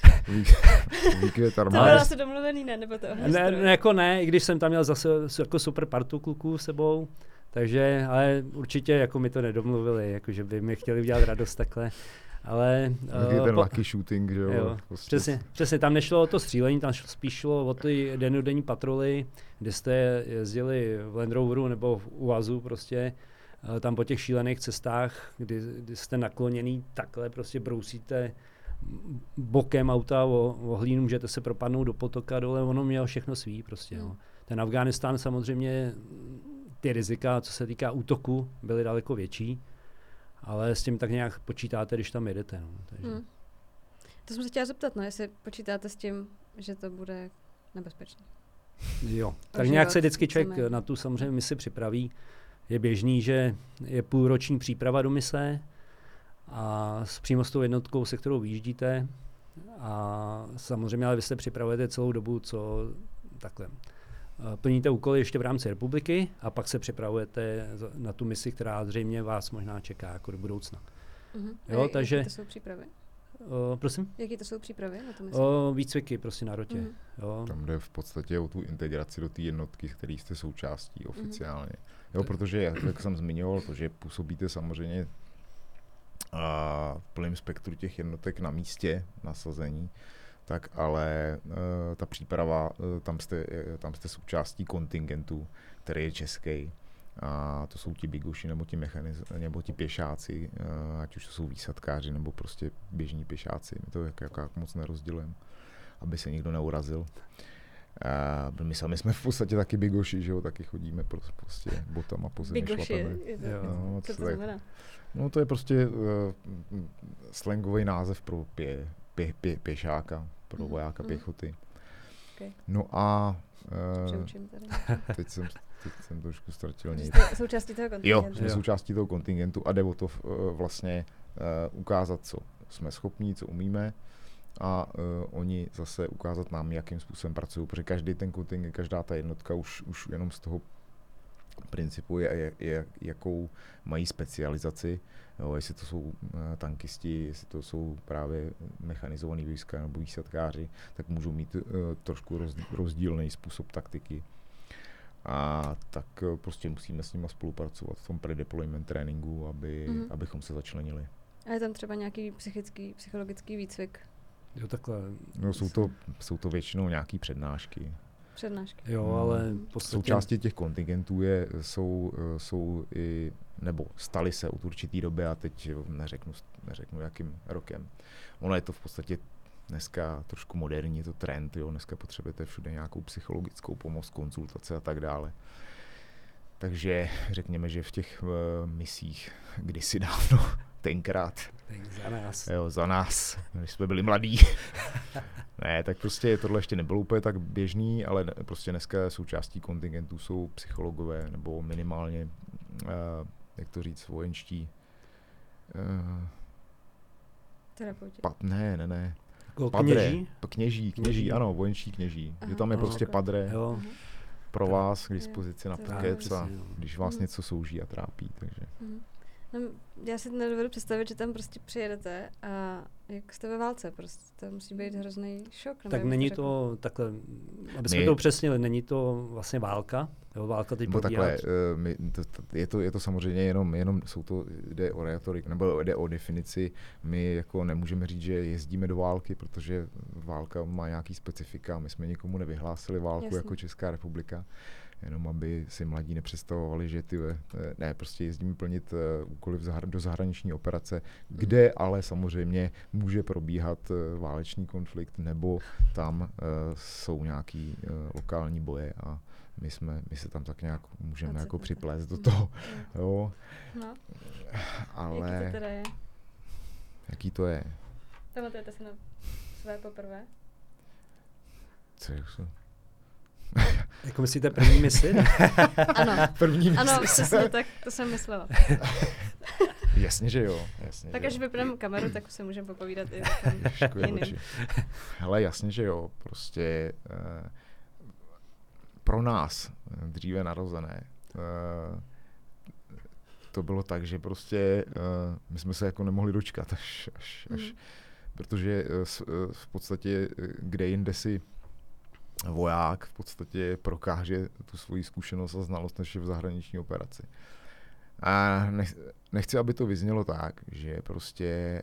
To bylo asi domluvený, ne, nebo to? Ne, ne, jako ne, i když jsem tam měl zase jako super partu kluků s sebou, takže, ale určitě jako mi to nedomluvili, jako že by mi chtěli udělat radost takhle. Ale uh, ten po... lucky shooting, že jo? jo prostě. Přesně, přesně, tam nešlo o to střílení, tam spíš šlo o ty dennodenní patroly, kde jste jezdili v Land Roveru nebo v Uazu prostě, uh, tam po těch šílených cestách, kdy, kdy jste nakloněný takhle, prostě brousíte bokem auta o, o hlínu, můžete se propadnout do potoka dole, ono mělo všechno svý prostě. Mm. No. Ten Afghánistán samozřejmě, ty rizika, co se týká útoku, byly daleko větší. Ale s tím tak nějak počítáte, když tam jedete. No, takže. Hmm. To jsem se chtěla zeptat, no, jestli počítáte s tím, že to bude nebezpečné. Jo, tak Ožívat, nějak se vždycky člověk chceme. Na tu samozřejmě misi připraví. Je běžný, že je půlroční příprava do mise a s přímo s tou jednotkou, se kterou vyjíždíte. A samozřejmě, ale vy se připravujete celou dobu, co takhle. Plníte úkoly ještě v rámci republiky a pak se připravujete na tu misi, která zřejmě vás možná čeká jako do budoucna. Uh-huh. Jo, jak, takže, jaké to jsou přípravy? Uh, prosím? Jaké to jsou přípravy na tu misi? Uh, výcviky prostě na rotě. Uh-huh. Jo. Tam jde v podstatě o tu integraci do té jednotky, které jste součástí oficiálně. Uh-huh. Jo, protože, jak jsem zmiňoval, to, že působíte samozřejmě a v plném spektru těch jednotek na místě nasazení, tak ale uh, ta příprava, uh, tam, jste, uh, tam jste součástí kontingentu, který je český. A to jsou ti bigoši nebo ti mechaniz, nebo ti pěšáci, uh, ať už to jsou výsadkáři nebo prostě běžní pěšáci. My to jak, jak, jak moc nerozdělujeme, aby se nikdo neurazil. A my sami jsme v podstatě taky bigoši, že jo, taky chodíme prostě botama po zemi, bigoši, šlapeme. No, co to znamená? No to je prostě uh, slangový název pro pě, pě, pě, pěšáka, pro mm, vojáka mm. pěchoty. Okay. No a uh, tady. teď, jsem, teď jsem trošku ztratil nic. Součástí toho kontingentu. Jo, jsme součástí toho kontingentu a jde o to uh, vlastně uh, ukázat, co jsme schopní, co umíme a uh, oni zase ukázat nám, jakým způsobem pracují, protože každý ten kontingent, každá ta jednotka už, už jenom z toho principu je, je, je, jakou mají specializaci, jo, jestli to jsou uh, tankisti, jestli to jsou právě mechanizovaný vojska nebo výsadkáři, tak můžou mít uh, trošku roz, rozdílný způsob taktiky. A tak uh, prostě musíme s nimi spolupracovat v tom pre-deployment tréninku, aby, mm-hmm. abychom se začlenili. A je tam třeba nějaký psychický, psychologický výcvik? Jo, takhle. No, jsou to, jsou to většinou nějaký přednášky. Přednášky. Jo, ale v podstatě... Součástí těch kontingentů je, jsou, jsou i, nebo staly se od určitý doby a teď neřeknu, neřeknu jakým rokem. Ono je to v podstatě dneska trošku moderní, je to trend, jo, dneska potřebujete všude nějakou psychologickou pomoc, konzultace a tak dále. Takže řekněme, že v těch uh, misích kdysi dávno, tenkrát. Za nás. Jo, za nás, když jsme byli mladí. Ne, tak prostě tohle ještě nebylo úplně tak běžný, ale prostě dneska součástí kontingentů jsou psychologové, nebo minimálně, uh, jak to říct, vojenští. Uh, Terapeuti. Pa, ne, ne, ne. Padre, kněží? Kněží, kněží, ano, vojenští kněží. Aha, že tam je prostě padre jo. pro vás k dispozici jo, na pokec a když vás mhm. něco souží a trápí, takže... Mhm. No, já si nedovedu představit, že tam prostě přijedete a jak jste ve válce, prostě to musí být hrozný šok. Tak není to takhle, aby jsme my, to upřesnili, není to vlastně válka, jo, válka teď probíhá. Takhle, uh, my, to, to, je, to, je to samozřejmě jenom, jenom jsou to, jde o retorik, nebo jde o definici, my jako nemůžeme říct, že jezdíme do války, protože válka má nějaký specifika, my jsme nikomu nevyhlásili válku Jasně. jako Česká republika. Jenom aby si mladí nepředstavovali, že ty, ne, prostě jezdíme plnit uh, úkoly zahra- do zahraniční operace, kde ale samozřejmě může probíhat uh, válečný konflikt, nebo tam uh, jsou nějaký uh, lokální boje a my jsme, my se tam tak nějak můžeme jako připlést do toho, jo. No. Ale... Jaký to teda je? Jaký to je? Pamatujete si na své poprvé? Co je to? Jako myslíte první misi? Ano, první misi. Ano, přesně tak, to jsem myslela. Jasně, že jo. Jasně, tak že až jo. vypneme kameru, tak se můžeme popovídat i o jiným. Hele, jasně, že jo. Prostě uh, pro nás, dříve narozené, uh, to bylo tak, že prostě uh, my jsme se jako nemohli dočkat až, až, až mm. protože uh, v podstatě kde jinde si voják v podstatě prokáže tu svoji zkušenost a znalost, než je v zahraniční operaci. A nechci, aby to vyznělo tak, že prostě,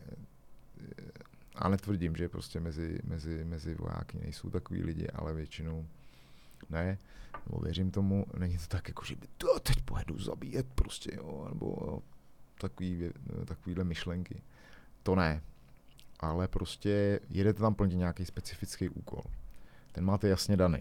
a netvrdím, že prostě mezi, mezi, mezi vojáky nejsou takový lidi, ale většinou ne, nebo věřím tomu, není to tak jako, že by to teď pojedu zabíjet prostě, jo, nebo jo, takový, takovýhle myšlenky. To ne, ale prostě jedete tam plnit nějaký specifický úkol. Ten máte jasně daný.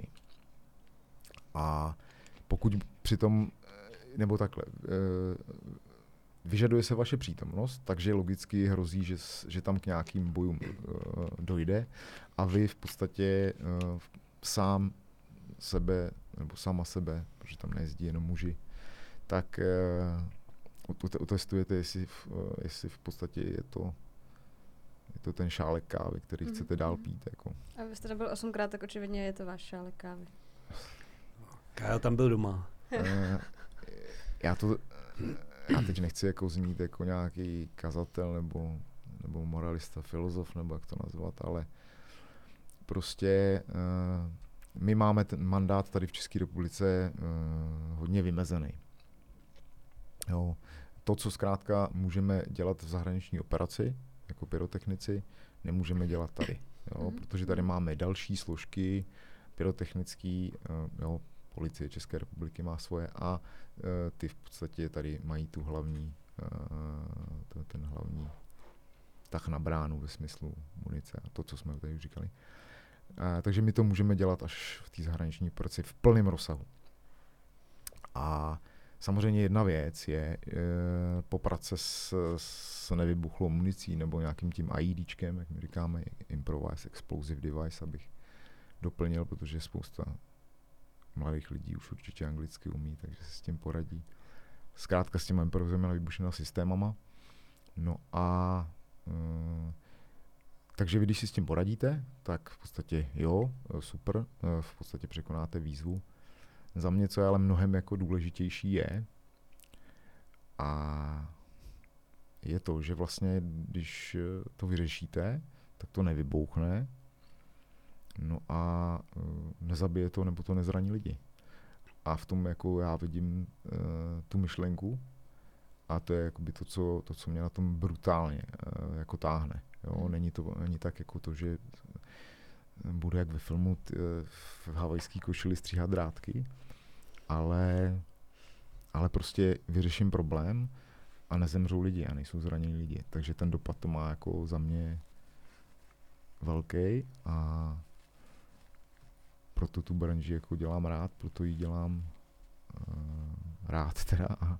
A pokud přitom, nebo takhle, vyžaduje se vaše přítomnost, takže logicky hrozí, že, že tam k nějakým bojům dojde a vy v podstatě sám sebe, nebo sama sebe, protože tam nejezdí jenom muži, tak otestujete, jestli, jestli v podstatě je to je to ten šálek kávy, který mm-hmm. chcete dál pít. Jako. A vy jste tam byl osmkrát, tak očividně je to váš šálek kávy. Kájo tam byl doma. uh, já to, já teď nechci jako znít jako nějaký kazatel nebo, nebo moralista, filozof, nebo jak to nazvat, ale prostě uh, my máme ten mandát tady v České republice uh, hodně vymezený. Jo. To, co zkrátka můžeme dělat v zahraniční operaci, jako pyrotechnici, nemůžeme dělat tady, jo, mm. protože tady máme další složky pyrotechnický, uh, jo, policie České republiky má svoje a uh, ty v podstatě tady mají tu hlavní, uh, to, ten hlavní tah na bránu ve smyslu munice a to, co jsme tady už říkali. takže my to můžeme dělat až v té zahraniční operaci v plném rozsahu. A samozřejmě jedna věc je e, poprat se s, s nevybuchlou municí nebo nějakým tím IEDčkem, jak my říkáme, Improvised Explosive Device, abych doplnil, protože spousta mladých lidí už určitě anglicky umí, takže se s tím poradí. Zkrátka s těma improvizovanými výbušnými systémama. No a e, takže vy, když si s tím poradíte, tak v podstatě jo, super, v podstatě překonáte výzvu. Za mě, co je ale mnohem jako důležitější je, a je to, že vlastně, když to vyřešíte, tak to nevybouchne, no a nezabije to, nebo to nezraní lidi. A v tom jako já vidím uh, tu myšlenku a to je jakoby to, co, to, co mě na tom brutálně uh, jako táhne. Jo? Není to není tak jako to, že budu jak ve filmu t, v havajský košili stříhat drátky, ale, ale prostě vyřeším problém a nezemřou lidi a nejsou zranění lidi. Takže ten dopad to má jako za mě velký a proto tu branži jako dělám rád, proto ji dělám uh, rád teda a,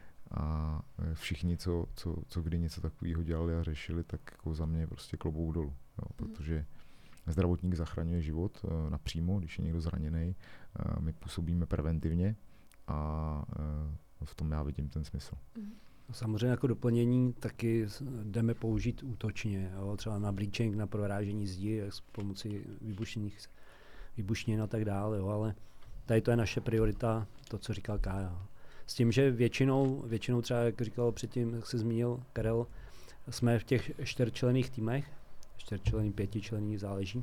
a všichni, co, co, co kdy něco takového dělali a řešili, tak jako za mě prostě klobouk dolů, jo, protože zdravotník zachraňuje život uh, napřímo, když je někdo zraněný, uh, my působíme preventivně a uh, v tom já vidím ten smysl. Samozřejmě jako doplnění taky jdeme použít útočně, jo, třeba na breaching, na prorážení zdi s pomocí výbušných výbušnin a tak dále, jo, ale tady to je naše priorita, to, co říkal Kája. S tím, že většinou, většinou třeba, jak říkal předtím, jak se zmínil Karel, jsme v těch čtyřčlenných týmech, čtyřčlenný, pětičlenný, záleží.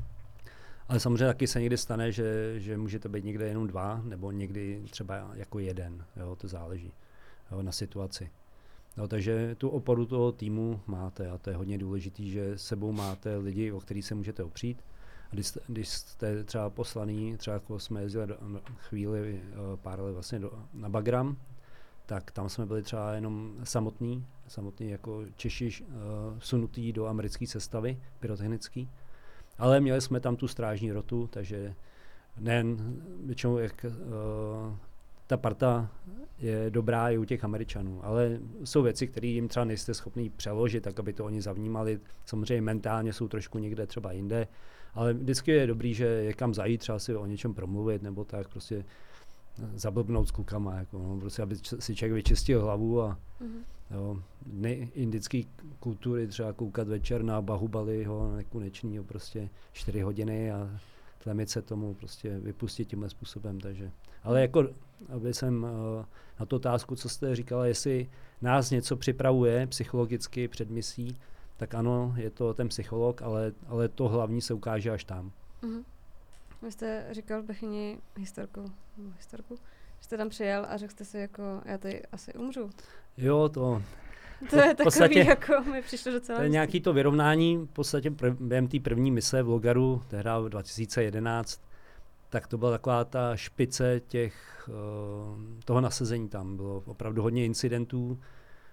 Ale samozřejmě taky se někdy stane, že, že můžete být někde jenom dva, nebo někdy třeba jako jeden, jo, to záleží, jo, na situaci. No, takže tu oporu toho týmu máte a to je hodně důležité, že sebou máte lidi, o který se můžete opřít. A když, když jste třeba poslaný, třeba jako jsme jezdili do, chvíli, pár let vlastně do, na Bagram, tak tam jsme byli třeba jenom samotní, samotní jako Češi uh, sunutí do americké sestavy, pyrotechnický. Ale měli jsme tam tu strážní rotu, takže nejen většinou jak uh, ta parta je dobrá i u těch Američanů, ale jsou věci, které jim třeba nejste schopný přeložit, tak aby to oni zavnímali. Samozřejmě mentálně jsou trošku někde třeba jinde, ale vždycky je dobrý, že je kam zajít, třeba si o něčem promluvit, nebo tak prostě zablbnout s klukama, jako, no, prostě aby si člověk vyčistil hlavu a mm-hmm. jo, indické kultury třeba koukat večer na Bahubaliho nekonečnýho prostě čtyři hodiny a tlemit se tomu, prostě vypustit tímhle způsobem, takže. Ale jako, aby jsem uh, na tu otázku, co jste říkala, jestli nás něco připravuje psychologicky před misí, tak ano, je to ten psycholog, ale, ale to hlavní se ukáže až tam. Mm-hmm. Vy jste říkal v Bechyni historku, no, historku, že jste tam přijel a řekl jste si jako, já tady asi umřu. Jo, to... To je takový, podstatě, jako mi přišlo docela... To je nějaký to vyrovnání, v podstatě prv, během té první mise v Logaru, tehdy v dva tisíce jedenáct, tak to byla taková ta špice těch, uh, toho nasazení tam. Bylo opravdu hodně incidentů, uh,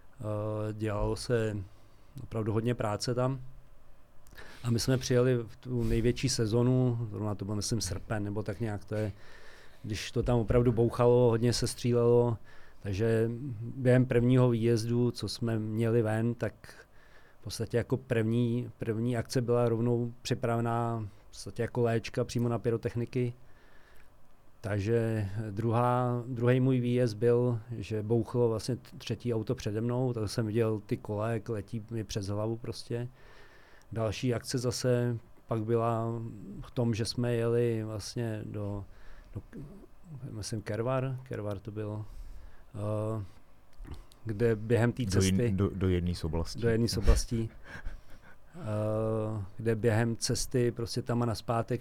dělalo se opravdu hodně práce tam. A my jsme přijeli v tu největší sezonu, zrovna to byl myslím srpen, nebo tak nějak to je, když to tam opravdu bouchalo, hodně se střílelo, takže během prvního výjezdu, co jsme měli ven, tak v podstatě jako první, první akce byla rovnou připravená v podstatě jako léčka přímo na pyrotechniky. Takže druhá, druhý můj výjezd byl, že bouchlo vlastně třetí auto přede mnou, tak jsem viděl ty kola, jak letí mi přes hlavu prostě. Další akce zase pak byla v tom, že jsme jeli vlastně do, do myslím Kervar, Kervar to bylo, uh, kde během té cesty... Do, do, do jedné z oblastí. Do jedné z oblastí. Uh, kde během cesty prostě tam a nazpátek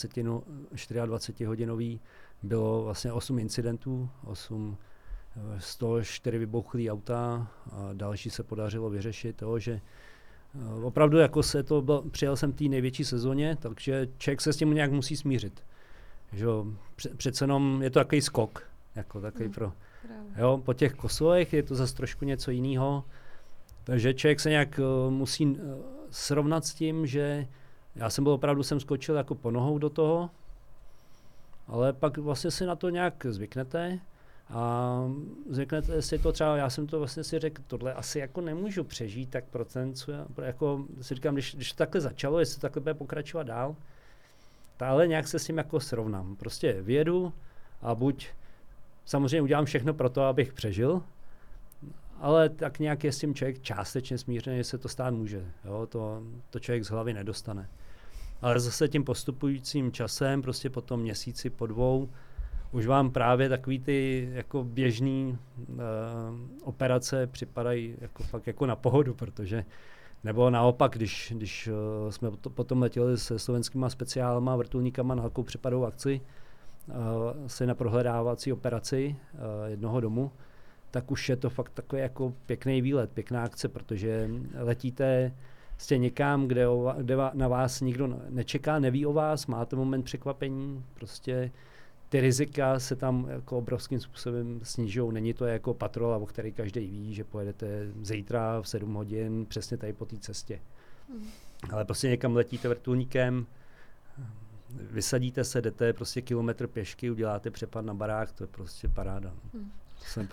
dvacet hodinový bylo vlastně osm incidentů, osm, z toho čtyři vybouchlý auta a další se podařilo vyřešit to, že uh, opravdu jako se to bylo, přijel jsem té největší sezóně, takže člověk se s tím nějak musí smířit. Že přece jenom je to takový skok, jako takový mm, pro, jo, po těch Kosovech je to zase trošku něco jiného. Takže člověk se nějak uh, musí uh, srovnat s tím, že já jsem byl opravdu, jsem skočil jako po nohou do toho, ale pak vlastně si na to nějak zvyknete a zvyknete si to třeba, já jsem to vlastně si řekl, tohle asi jako nemůžu přežít, tak pro ten, co já, jako si říkám, když, když to takhle začalo, jestli to takhle bude pokračovat dál, tak ale nějak se s tím jako srovnám. Prostě vyjedu a buď samozřejmě udělám všechno pro to, abych přežil, ale tak nějak je s tím člověk částečně smířený, že se to stát může. Jo? To, to člověk z hlavy nedostane. Ale zase tím postupujícím časem, prostě po tom měsíci, po dvou, už vám právě takový ty jako běžný uh, operace připadají jako fakt jako na pohodu, protože nebo naopak, když, když uh, jsme to, potom letěli se slovenskýma speciálama, vrtulníkama na takovou přepadovou akci, uh, asi na prohledávací operaci uh, jednoho domu, tak už je to fakt takový jako pěkný výlet, pěkná akce, protože letíte jste někam, kde, o, kde na vás nikdo nečeká, neví o vás, máte moment překvapení, prostě ty rizika se tam jako obrovským způsobem snižují. Není to jako patrola, o který každý ví, že pojedete zítra v sedm hodin přesně tady po té cestě. Mm. Ale prostě někam letíte vrtulníkem, vysadíte se, jdete prostě kilometr pěšky, uděláte přepad na barák, to je prostě paráda. Mm. Jsem...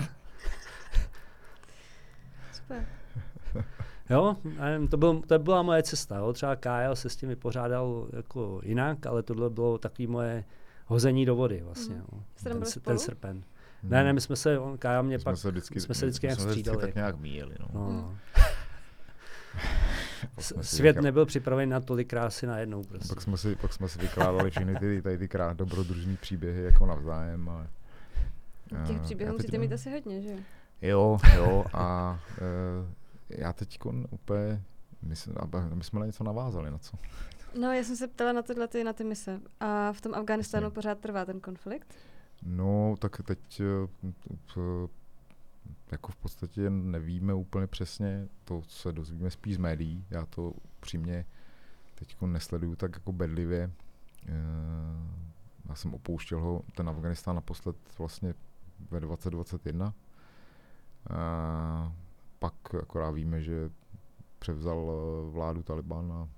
Super. Jo, to, byl, to byla moje cesta. Jo. Třeba Kája se s tím vypořádal jako jinak, ale tohle bylo takový moje hození do vody vlastně. Mm. Jo. Ten, ten srpen. Mm. Ne, ne, my jsme se, on, Kája mě jsme pak, se vždycky, jsme se vždycky nějak střídali. tak nějak míjeli, no. no. Mm. Svět říkali, nebyl připraven na tolik krásy najednou prostě. Pak jsme si, pak jsme si vykládali všechny ty, tady ty krát dobrodružný příběhy jako navzájem. Ale, těch příběhů musíte mít asi hodně, že jo? Jo, jo a uh, já teď úplně, my, my jsme na něco navázali, na co? No, já jsem se ptala na tyhle ty, na ty mise. A v tom Afghánistánu Jasně. pořád trvá ten konflikt? No, tak teď uh, jako v podstatě nevíme úplně přesně, to se dozvíme spíš z médií, já to upřímně teď nesleduju tak jako bedlivě. Uh, já jsem opouštěl ho, ten Afghánistán naposled vlastně ve dvacet dvacet jedna. Uh, pak akorát víme, že převzal vládu Taliban a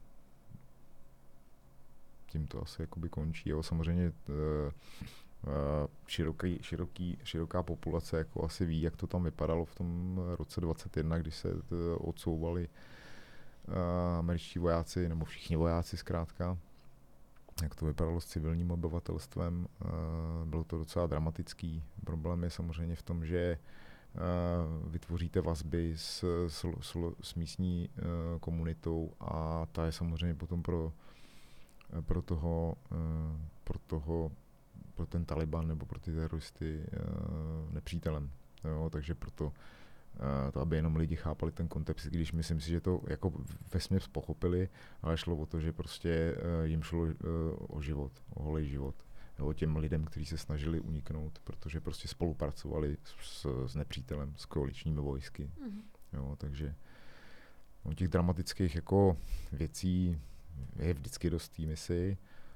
tím to asi jakoby končí. Jo. Samozřejmě uh, uh, široký, široký, široká populace jako asi ví, jak to tam vypadalo v tom roce dvacet jedna, když se uh, odsouvali uh, američtí vojáci, nebo všichni vojáci zkrátka. Jak to vypadalo s civilním obyvatelstvem. Uh, bylo to docela dramatický. Problém je samozřejmě v tom, že Uh, vytvoříte vazby s, s, s, s místní uh, komunitou a ta je samozřejmě potom pro, pro toho, uh, pro toho, pro ten Taliban nebo pro ty teroristy uh, nepřítelem. Jo, takže proto, uh, to, aby jenom lidi chápali ten kontext, když myslím si, že to jako vesměs pochopili, ale šlo o to, že prostě uh, jim šlo uh, o život, o holý život. O těm lidem, kteří se snažili uniknout, protože prostě spolupracovali s, s nepřítelem, s koaličními vojsky. Mm. Jo, takže o těch dramatických jako věcí je vždycky dost té misi.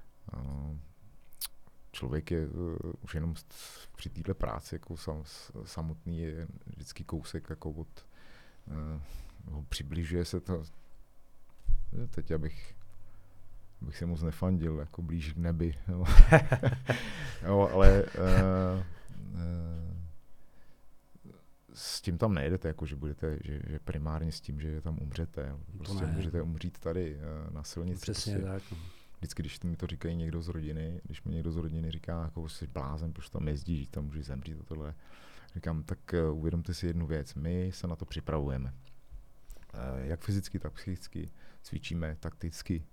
Člověk je uh, už jenom při této práci jako sam, samotný je vždycky kousek jako od uh, přibližuje se to. Teď abych bych se moc nefandil, jako blíž k nebi. Jo. Jo, ale uh, uh, s tím tam nejedete, jako že budete, že, že primárně s tím, že tam umřete. Prostě můžete umřít tady uh, na silnici. Přesně prostě. Tak. Vždycky, když mi to říkají někdo z rodiny, když mi někdo z rodiny říká, jako jsi blázen, proč tam jezdíš, že tam můžeš zemřít a tohle. Říkám, tak uh, uvědomte si jednu věc, my se na to připravujeme. Uh, jak fyzicky, tak psychicky. Cvičíme takticky.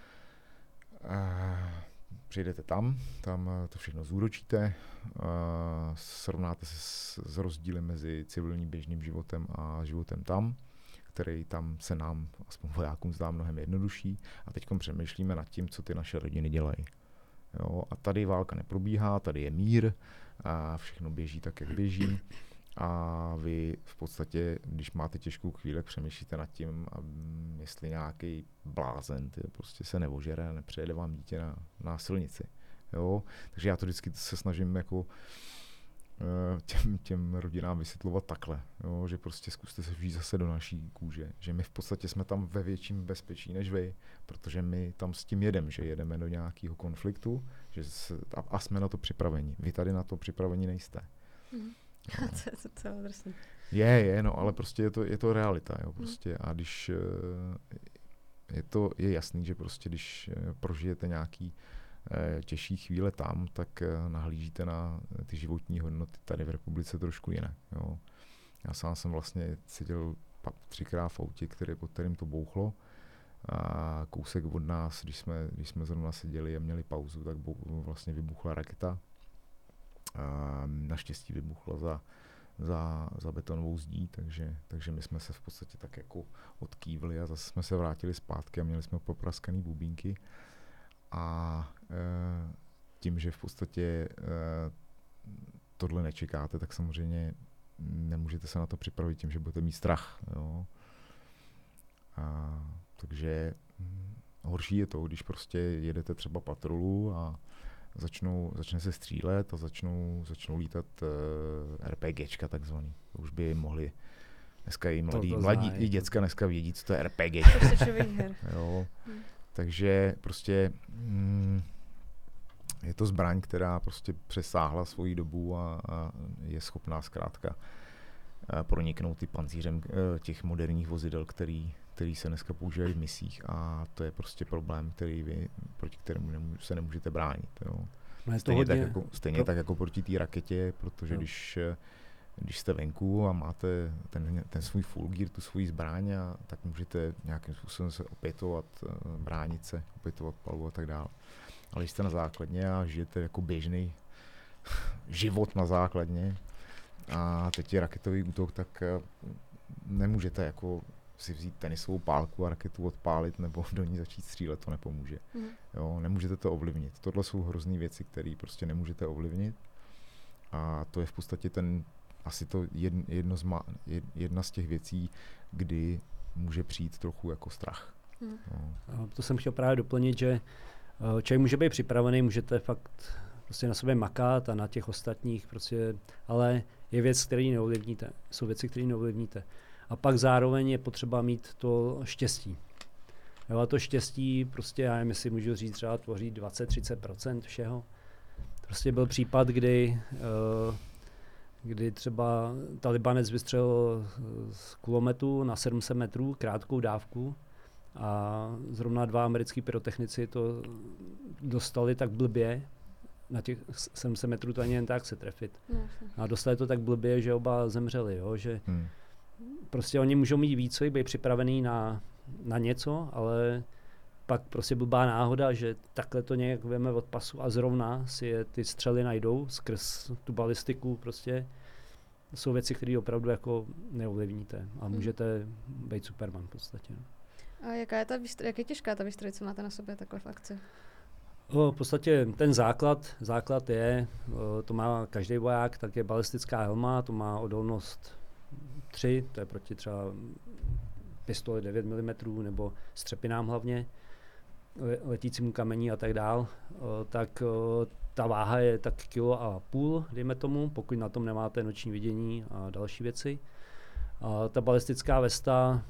Uh, přijdete tam, tam to všechno zúročíte, uh, srovnáte se s, s rozdílem mezi civilním běžným životem a životem tam, který tam se nám, aspoň vojákům, zdá mnohem jednodušší a teď přemýšlíme nad tím, co ty naše rodiny dělají. Jo, a tady válka neprobíhá, tady je mír, a všechno běží tak, jak běží. A vy v podstatě, když máte těžkou chvíli, přemýšlíte nad tím, jestli nějaký blázen ty prostě se neožere a nepřejede vám dítě na, na silnici. Jo? Takže já to vždycky se snažím jako těm, těm rodinám vysvětlovat takhle, jo, že prostě zkuste se vžít zase do naší kůže, že my v podstatě jsme tam ve větším bezpečí než vy, protože my tam s tím jedeme, že jedeme do nějakého konfliktu, že se, a, a jsme na to připraveni. Vy tady na to připraveni nejste. Mm. No. to je docela drsný. Je, je, no, ale prostě je to, je to realita, jo, prostě. A když je to, je jasný, že prostě když prožijete nějaký těžší chvíle tam, tak nahlížíte na ty životní hodnoty tady v republice trošku jinak, jo. Já sám jsem vlastně seděl třikrát v autě, který, pod kterým to bouchlo. A kousek od nás, když jsme, když jsme zrovna seděli a měli pauzu, tak bou, vlastně vybuchla raketa. A naštěstí vybuchla za Za, za betonovou zdí, takže, takže my jsme se v podstatě tak jako odkývli a zase jsme se vrátili zpátky a měli jsme popraskaný bubínky. A e, tím, že v podstatě e, tohle nečekáte, tak samozřejmě nemůžete se na to připravit tím, že budete mít strach. Jo. A, takže hm, horší je to, když prostě jedete třeba patrolu a Začnou, začne se střílet a začnou, začnou lítat uh, RPGčka takzvaný. To už by mohli dneska i mladí, mladí i děcka dneska vědí, co to je RPGčka. Jo. Hmm. Takže prostě mm, je to zbraň, která prostě přesáhla svoji dobu a, a je schopná zkrátka uh, proniknout i pancířem uh, těch moderních vozidel, který který se dneska používají v misích a to je prostě problém, který vy, proti kterému nemů- se nemůžete bránit. Jo. Stejně, tak jako, stejně pro... tak jako proti té raketě, protože když, když jste venku a máte ten, ten svůj full gear, tu svoji zbraň, a, tak můžete nějakým způsobem se opětovat, bránit se, opětovat palu a tak dále. Ale když jste na základně a žijete jako běžný život na základně a teď je raketový útok, tak nemůžete jako si vzít tenisovou pálku a raketu odpálit nebo do ní začít střílet, to nepomůže. Mm. Jo, nemůžete to ovlivnit. Tohle jsou hrozný věci, které prostě nemůžete ovlivnit. A to je v podstatě ten, asi to jedno, jedno z ma, jedna z těch věcí, kdy může přijít trochu jako strach. Mm. No. To jsem chtěl právě doplnit, že člověk může být připravený, můžete fakt prostě na sobě makat a na těch ostatních, prostě, ale je věc, který neovlivníte. Jsou věci, které neovlivníte. A pak zároveň je potřeba mít to štěstí. Jo, a to štěstí, prostě já nevím, jestli můžu říct, třeba tvoří dvacet až třicet procent všeho. Prostě byl případ, kdy, uh, kdy třeba Talibanec vystřelil z kulometu na sedm set metrů krátkou dávku a zrovna dva americký pyrotechnici to dostali tak blbě, na těch sedm set metrů to ani jen tak se trefit. A dostali to tak blbě, že oba zemřeli, jo, že hmm. Prostě oni můžou mít výcvik, být připravený na, na něco, ale pak prostě blbá náhoda, že takhle to nějak veme od pasu a zrovna si je ty střely najdou skrz tu balistiku. Prostě jsou věci, které opravdu jako neovlivníte a můžete být Superman v podstatě. A jaká je ta výstroj, jak je těžká ta výstroj, co máte na sobě takhle v akci? O, v podstatě ten základ, základ je, o, to má každý voják, tak je balistická helma, to má odolnost tři, to je proti třeba pistoli devět milimetrů nebo střepinám hlavně, letícímu kamení a tak dál, o, tak o, ta váha je tak kilo a půl, dejme tomu, pokud na tom nemáte noční vidění a další věci. A ta balistická vesta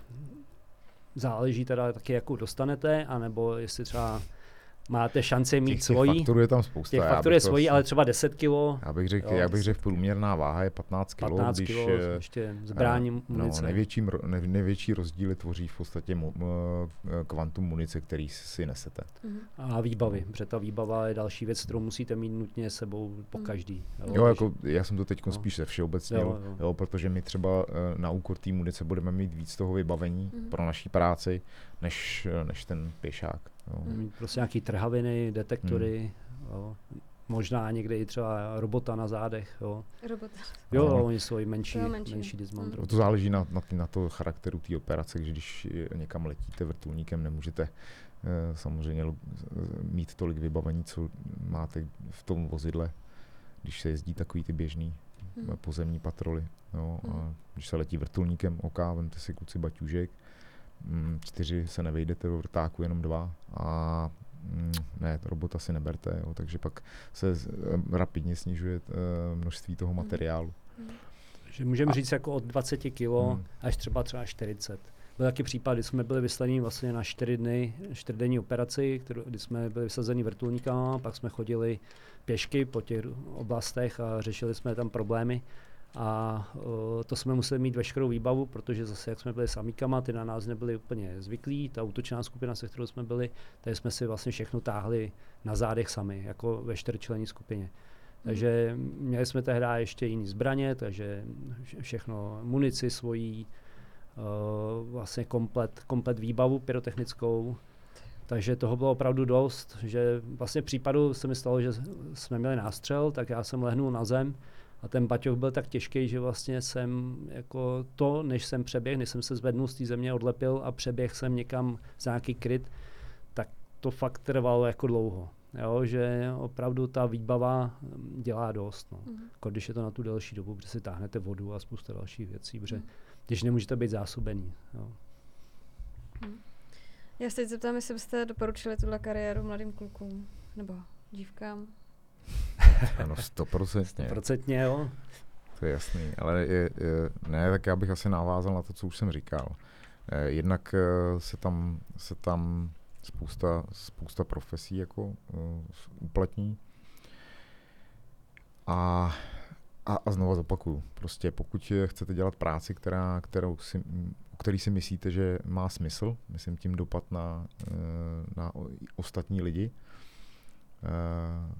záleží teda taky, jakou dostanete, anebo jestli třeba máte šanci mít těch, svojí. Těch faktorů je tam spousta. Těch faktorů je svojí, ale třeba deset kilo. Já bych řekl, já bych řekl, průměrná váha je patnáct kilo. patnáct když kilo, ještě zbrání uh, munice. No, největší, ne, největší rozdíly tvoří v podstatě mu, uh, kvantum munice, který si nesete. Uh-huh. A výbavy, protože ta výbava je další věc, kterou musíte mít nutně sebou po každý. Jo, jo jako já jsem to teď no. spíš se všeobecnil, jo, jo. Jo, protože my třeba uh, na úkor té munice budeme mít víc toho vybavení uh-huh. pro naší práci, než, než ten pěšák. Jo. Mít prostě nějaký trhaviny, detektory, hmm. jo. Možná někde i třeba robota na zádech. Jo, robota. jo no. Oni jsou i menší, menší. menší dismantr. To záleží na, na, na to charakteru té operace, že když někam letíte vrtulníkem, nemůžete eh, samozřejmě mít tolik vybavení, co máte v tom vozidle, když se jezdí takový ty běžný hmm. pozemní patroly. Jo. Hmm. A když se letí vrtulníkem, OK, vemte si kuci baťůžek, čtyři se nevejdete do vrtáku, jenom dva a mm, ne, robota si neberte, jo, takže pak se z, rapidně snižuje uh, množství toho materiálu. Mm. Takže můžeme říct jako od dvacet kilo hmm. až třeba třeba čtyřicet. Byl taky případ, kdy jsme byli vyslaní vlastně na čtyři dny, čtyřdenní operaci, kterou, kdy jsme byli vysazeni vrtulníkama, pak jsme chodili pěšky po těch oblastech a řešili jsme tam problémy. A uh, to jsme museli mít veškerou výbavu, protože zase jak jsme byli s amíkama, ty na nás nebyli úplně zvyklí, ta útočná skupina, se kterou jsme byli, tady jsme si vlastně všechno táhli na zádech sami, jako ve čtyřčlenní skupině. Takže měli jsme tehdy ještě jiný zbraně, takže všechno, munici svojí, uh, vlastně komplet, komplet výbavu pyrotechnickou. Takže toho bylo opravdu dost, že vlastně v případu se mi stalo, že jsme měli nástřel, tak já jsem lehnul na zem a ten baťoch byl tak těžký, že vlastně jsem jako to, než jsem přeběhl, než jsem se zvednul z té země, odlepil a přeběhl jsem někam za nějaký kryt, tak to fakt trvalo jako dlouho. Jo, že opravdu ta výbava dělá dost. No. Mm. Jako když je to na tu delší dobu, protože si táhnete vodu a spousta dalších věcí, protože mm. když nemůžete být zásobený. Jo. Mm. Já se teď zeptám, jestli byste doporučili tuhle kariéru mladým klukům nebo dívkám. Ano, stoprocentně. Stoprocentně, jo. To je jasný, ale je, je, ne, tak já bych asi navázal na to, co už jsem říkal. Eh, jednak eh, se tam, se tam spousta, spousta profesí jako uh, uplatní. A, a, a znovu zopakuju, prostě pokud chcete dělat práci, která, kterou si, o který si myslíte, že má smysl, myslím tím dopad na, na ostatní lidi, uh,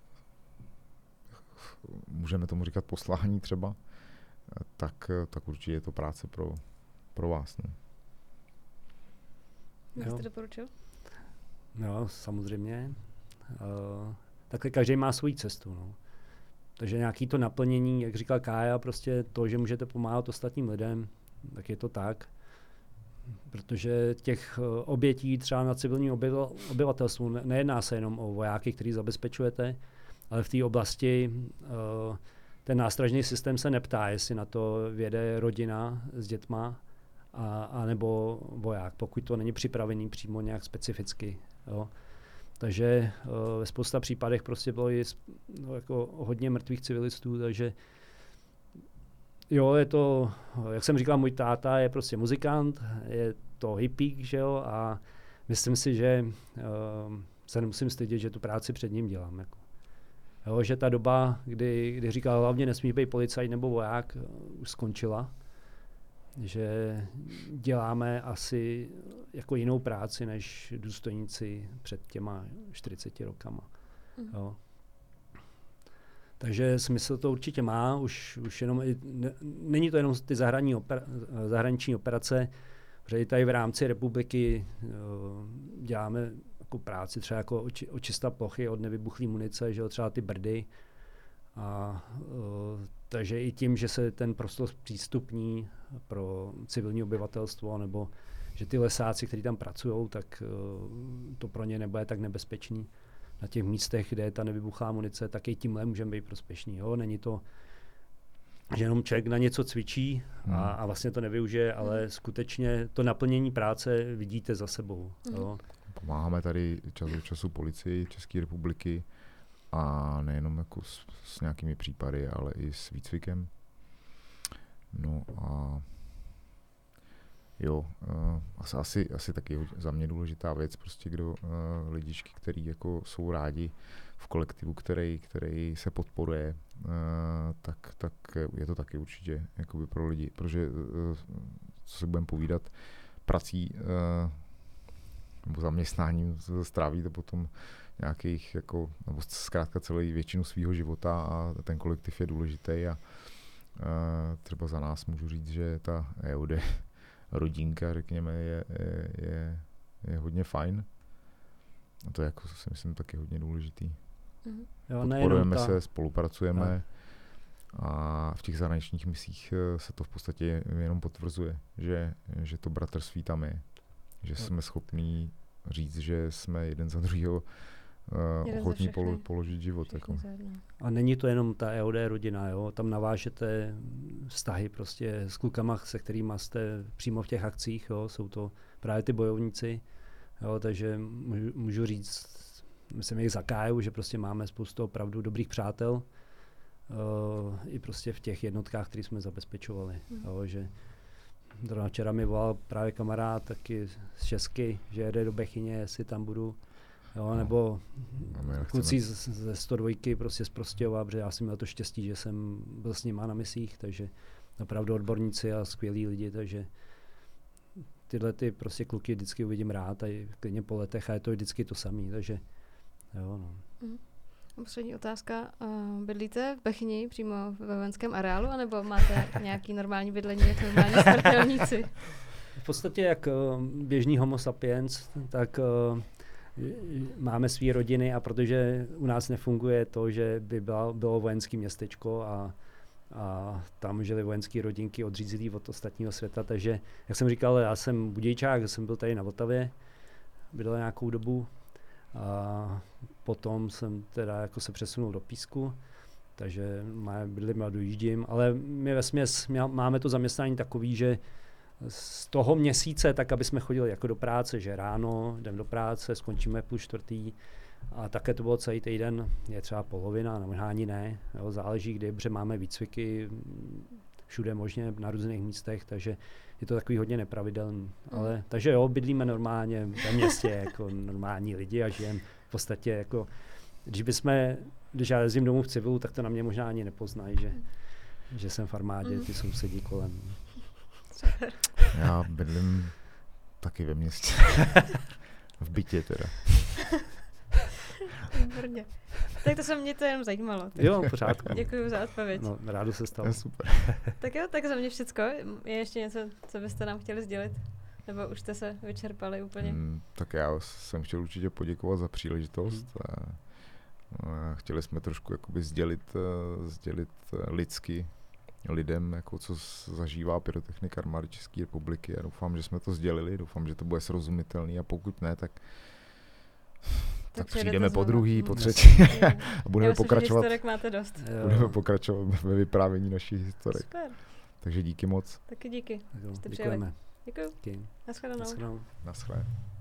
můžeme tomu říkat poslání třeba, tak, tak určitě je to práce pro, pro vás. Ne? Jak jste doporučil? No, samozřejmě. Uh, takhle každý má svoji cestu. No. Takže nějaký to naplnění, jak říkal Kája, prostě to, že můžete pomáhat ostatním lidem, tak je to tak. Protože těch uh, obětí třeba na civilním obyva, obyvatelstvu ne, nejedná se jenom o vojáky, který zabezpečujete, ale v té oblasti uh, ten nástražný systém se neptá, jestli na to vjede rodina s dětma, a, a nebo voják, pokud to není připravený přímo nějak specificky. Jo. Takže uh, ve spousta případech prostě bylo i no, jako hodně mrtvých civilistů, takže jo, je to, jak jsem říkal, můj táta je prostě muzikant, je to hippík, že jo, a myslím si, že uh, se nemusím stydět, že tu práci před ním dělám. Jako. Jo, že ta doba, kdy, kdy říkal, hlavně nesmí být policajt nebo voják, uh, už skončila. Že děláme asi jako jinou práci než důstojníci před těma čtyřiceti rokama. Mm. Jo. Takže smysl to určitě má, už, už jenom, ne, není to jenom ty zahraniční, opera, zahraniční operace, protože i tady v rámci republiky jo, děláme jako práci, třeba jako oči, očista plochy od nevybuchlé munice, že jo, třeba ty Brdy. A, o, takže i tím, že se ten prostor zpřístupní pro civilní obyvatelstvo, nebo že ty lesáci, kteří tam pracují, tak o, to pro ně nebude tak nebezpečný. Na těch místech, kde je ta nevybuchlá munice, tak i tímhle můžeme být prospěšní. Jo? Není to, že jenom člověk na něco cvičí a, a vlastně to nevyužije, ale skutečně to naplnění práce vidíte za sebou. Jo? Pomáháme tady čas od času policii České republiky, a nejenom jako s, s nějakými případy, ale i s výcvikem. No a jo, uh, asi, asi, asi taky za mě důležitá věc, prostě kdo uh, lidičky, který jako jsou rádi v kolektivu, který, který se podporuje, uh, tak, tak je to taky určitě jakoby pro lidi, protože uh, co se budeme povídat, prací uh, nebo zaměstnáním strávíte potom nějakých, jako, nebo zkrátka celý většinu svého života a ten kolektiv je důležitý a, a třeba za nás můžu říct, že ta E O D rodinka, řekněme, je, je, je, je hodně fajn. A to je, jako si myslím, taky hodně důležitý. Mm-hmm. Jo, Podporujeme ta... se, spolupracujeme no. A v těch zahraničních misích se to v podstatě jenom potvrzuje, že, že to bratrství tam je. Že no. jsme schopní říct, že jsme jeden za druhého Uh, ochotní polo, položit život. Jako. A není to jenom ta E O D rodina, jo? Tam navážete vztahy prostě s klukama, se kterými jste přímo v těch akcích, jo? Jsou to právě ty bojovníci Jo, takže můžu, můžu říct, myslím i za Káju, že prostě máme spoustu opravdu dobrých přátel, uh, i prostě v těch jednotkách, které jsme zabezpečovali. Mm. Jo, že včera mi volal právě kamarád taky z Česky, že jede do Bechyně, jestli tam budu. Jo, no. Nebo no, kluci ze sto dva prostě z Prostějova, protože já jsem měl to štěstí, že jsem byl s nima na misích, takže opravdu odborníci a skvělí lidi, takže tyhle ty prostě kluky vždycky uvidím rád a klidně po letech a je to vždycky to samé, takže jo, no. Mm. Poslední otázka. Uh, bydlíte v Bechyni přímo ve vojenském areálu, anebo máte nějaký normální bydlení, jak normální smrtelníci? V podstatě jak uh, běžný homo sapiens, tak uh, máme svý rodiny a protože u nás nefunguje to, že by byla, bylo vojenské městečko a, a tam žili vojenské rodinky odřízlí od ostatního světa, takže jak jsem říkal, já jsem budějčák, jsem byl tady na Vltavě, bydlel nějakou dobu a potom jsem teda jako se přesunul do Písku, takže bydlím a dojíždím, ale my vesměs máme to zaměstnání takový, že z toho měsíce, tak aby jsme chodili jako do práce, že ráno jdem do práce, skončíme půl čtvrtý a také to bylo celý týden, je třeba polovina, no možná ani ne, jo, záleží kdy, protože máme výcviky všude možně na různých místech, takže je to takový hodně nepravidelný, ale mm. takže jo, bydlíme normálně ve městě jako normální lidi a žijeme v podstatě jako, když bychom, když já jezdím domů v civilu, tak to na mě možná ani nepoznají, že, že jsem v armádě, ty sousedí kolem. Super. Já bydlím taky ve městě. V bytě teda. Výborně. Tak to se mě to jenom zajímalo. Jo, pořádku. Děkuji za odpověď. No, rádo se stalo. Je super. Tak jo, tak za mě všecko. Je ještě něco, co byste nám chtěli sdělit? Nebo už jste se vyčerpali úplně? Mm, tak já jsem chtěl určitě poděkovat za příležitost. Mm. A chtěli jsme trošku jakoby sdělit, sdělit lidsky lidem, jako co zažívá pyrotechnika armády České republiky. Já doufám, že jsme to sdělili, doufám, že to bude srozumitelný a pokud ne, tak, tak, tak přijdeme po druhý, po třetí a budeme myslím, pokračovat. Že máte dost. Budeme pokračovat ve vyprávění našich historek. Super. Takže díky moc. Taky díky. Tak jo, děkujeme. Děkuji. Díky. Naschledanou. Naschledanou. Naschle.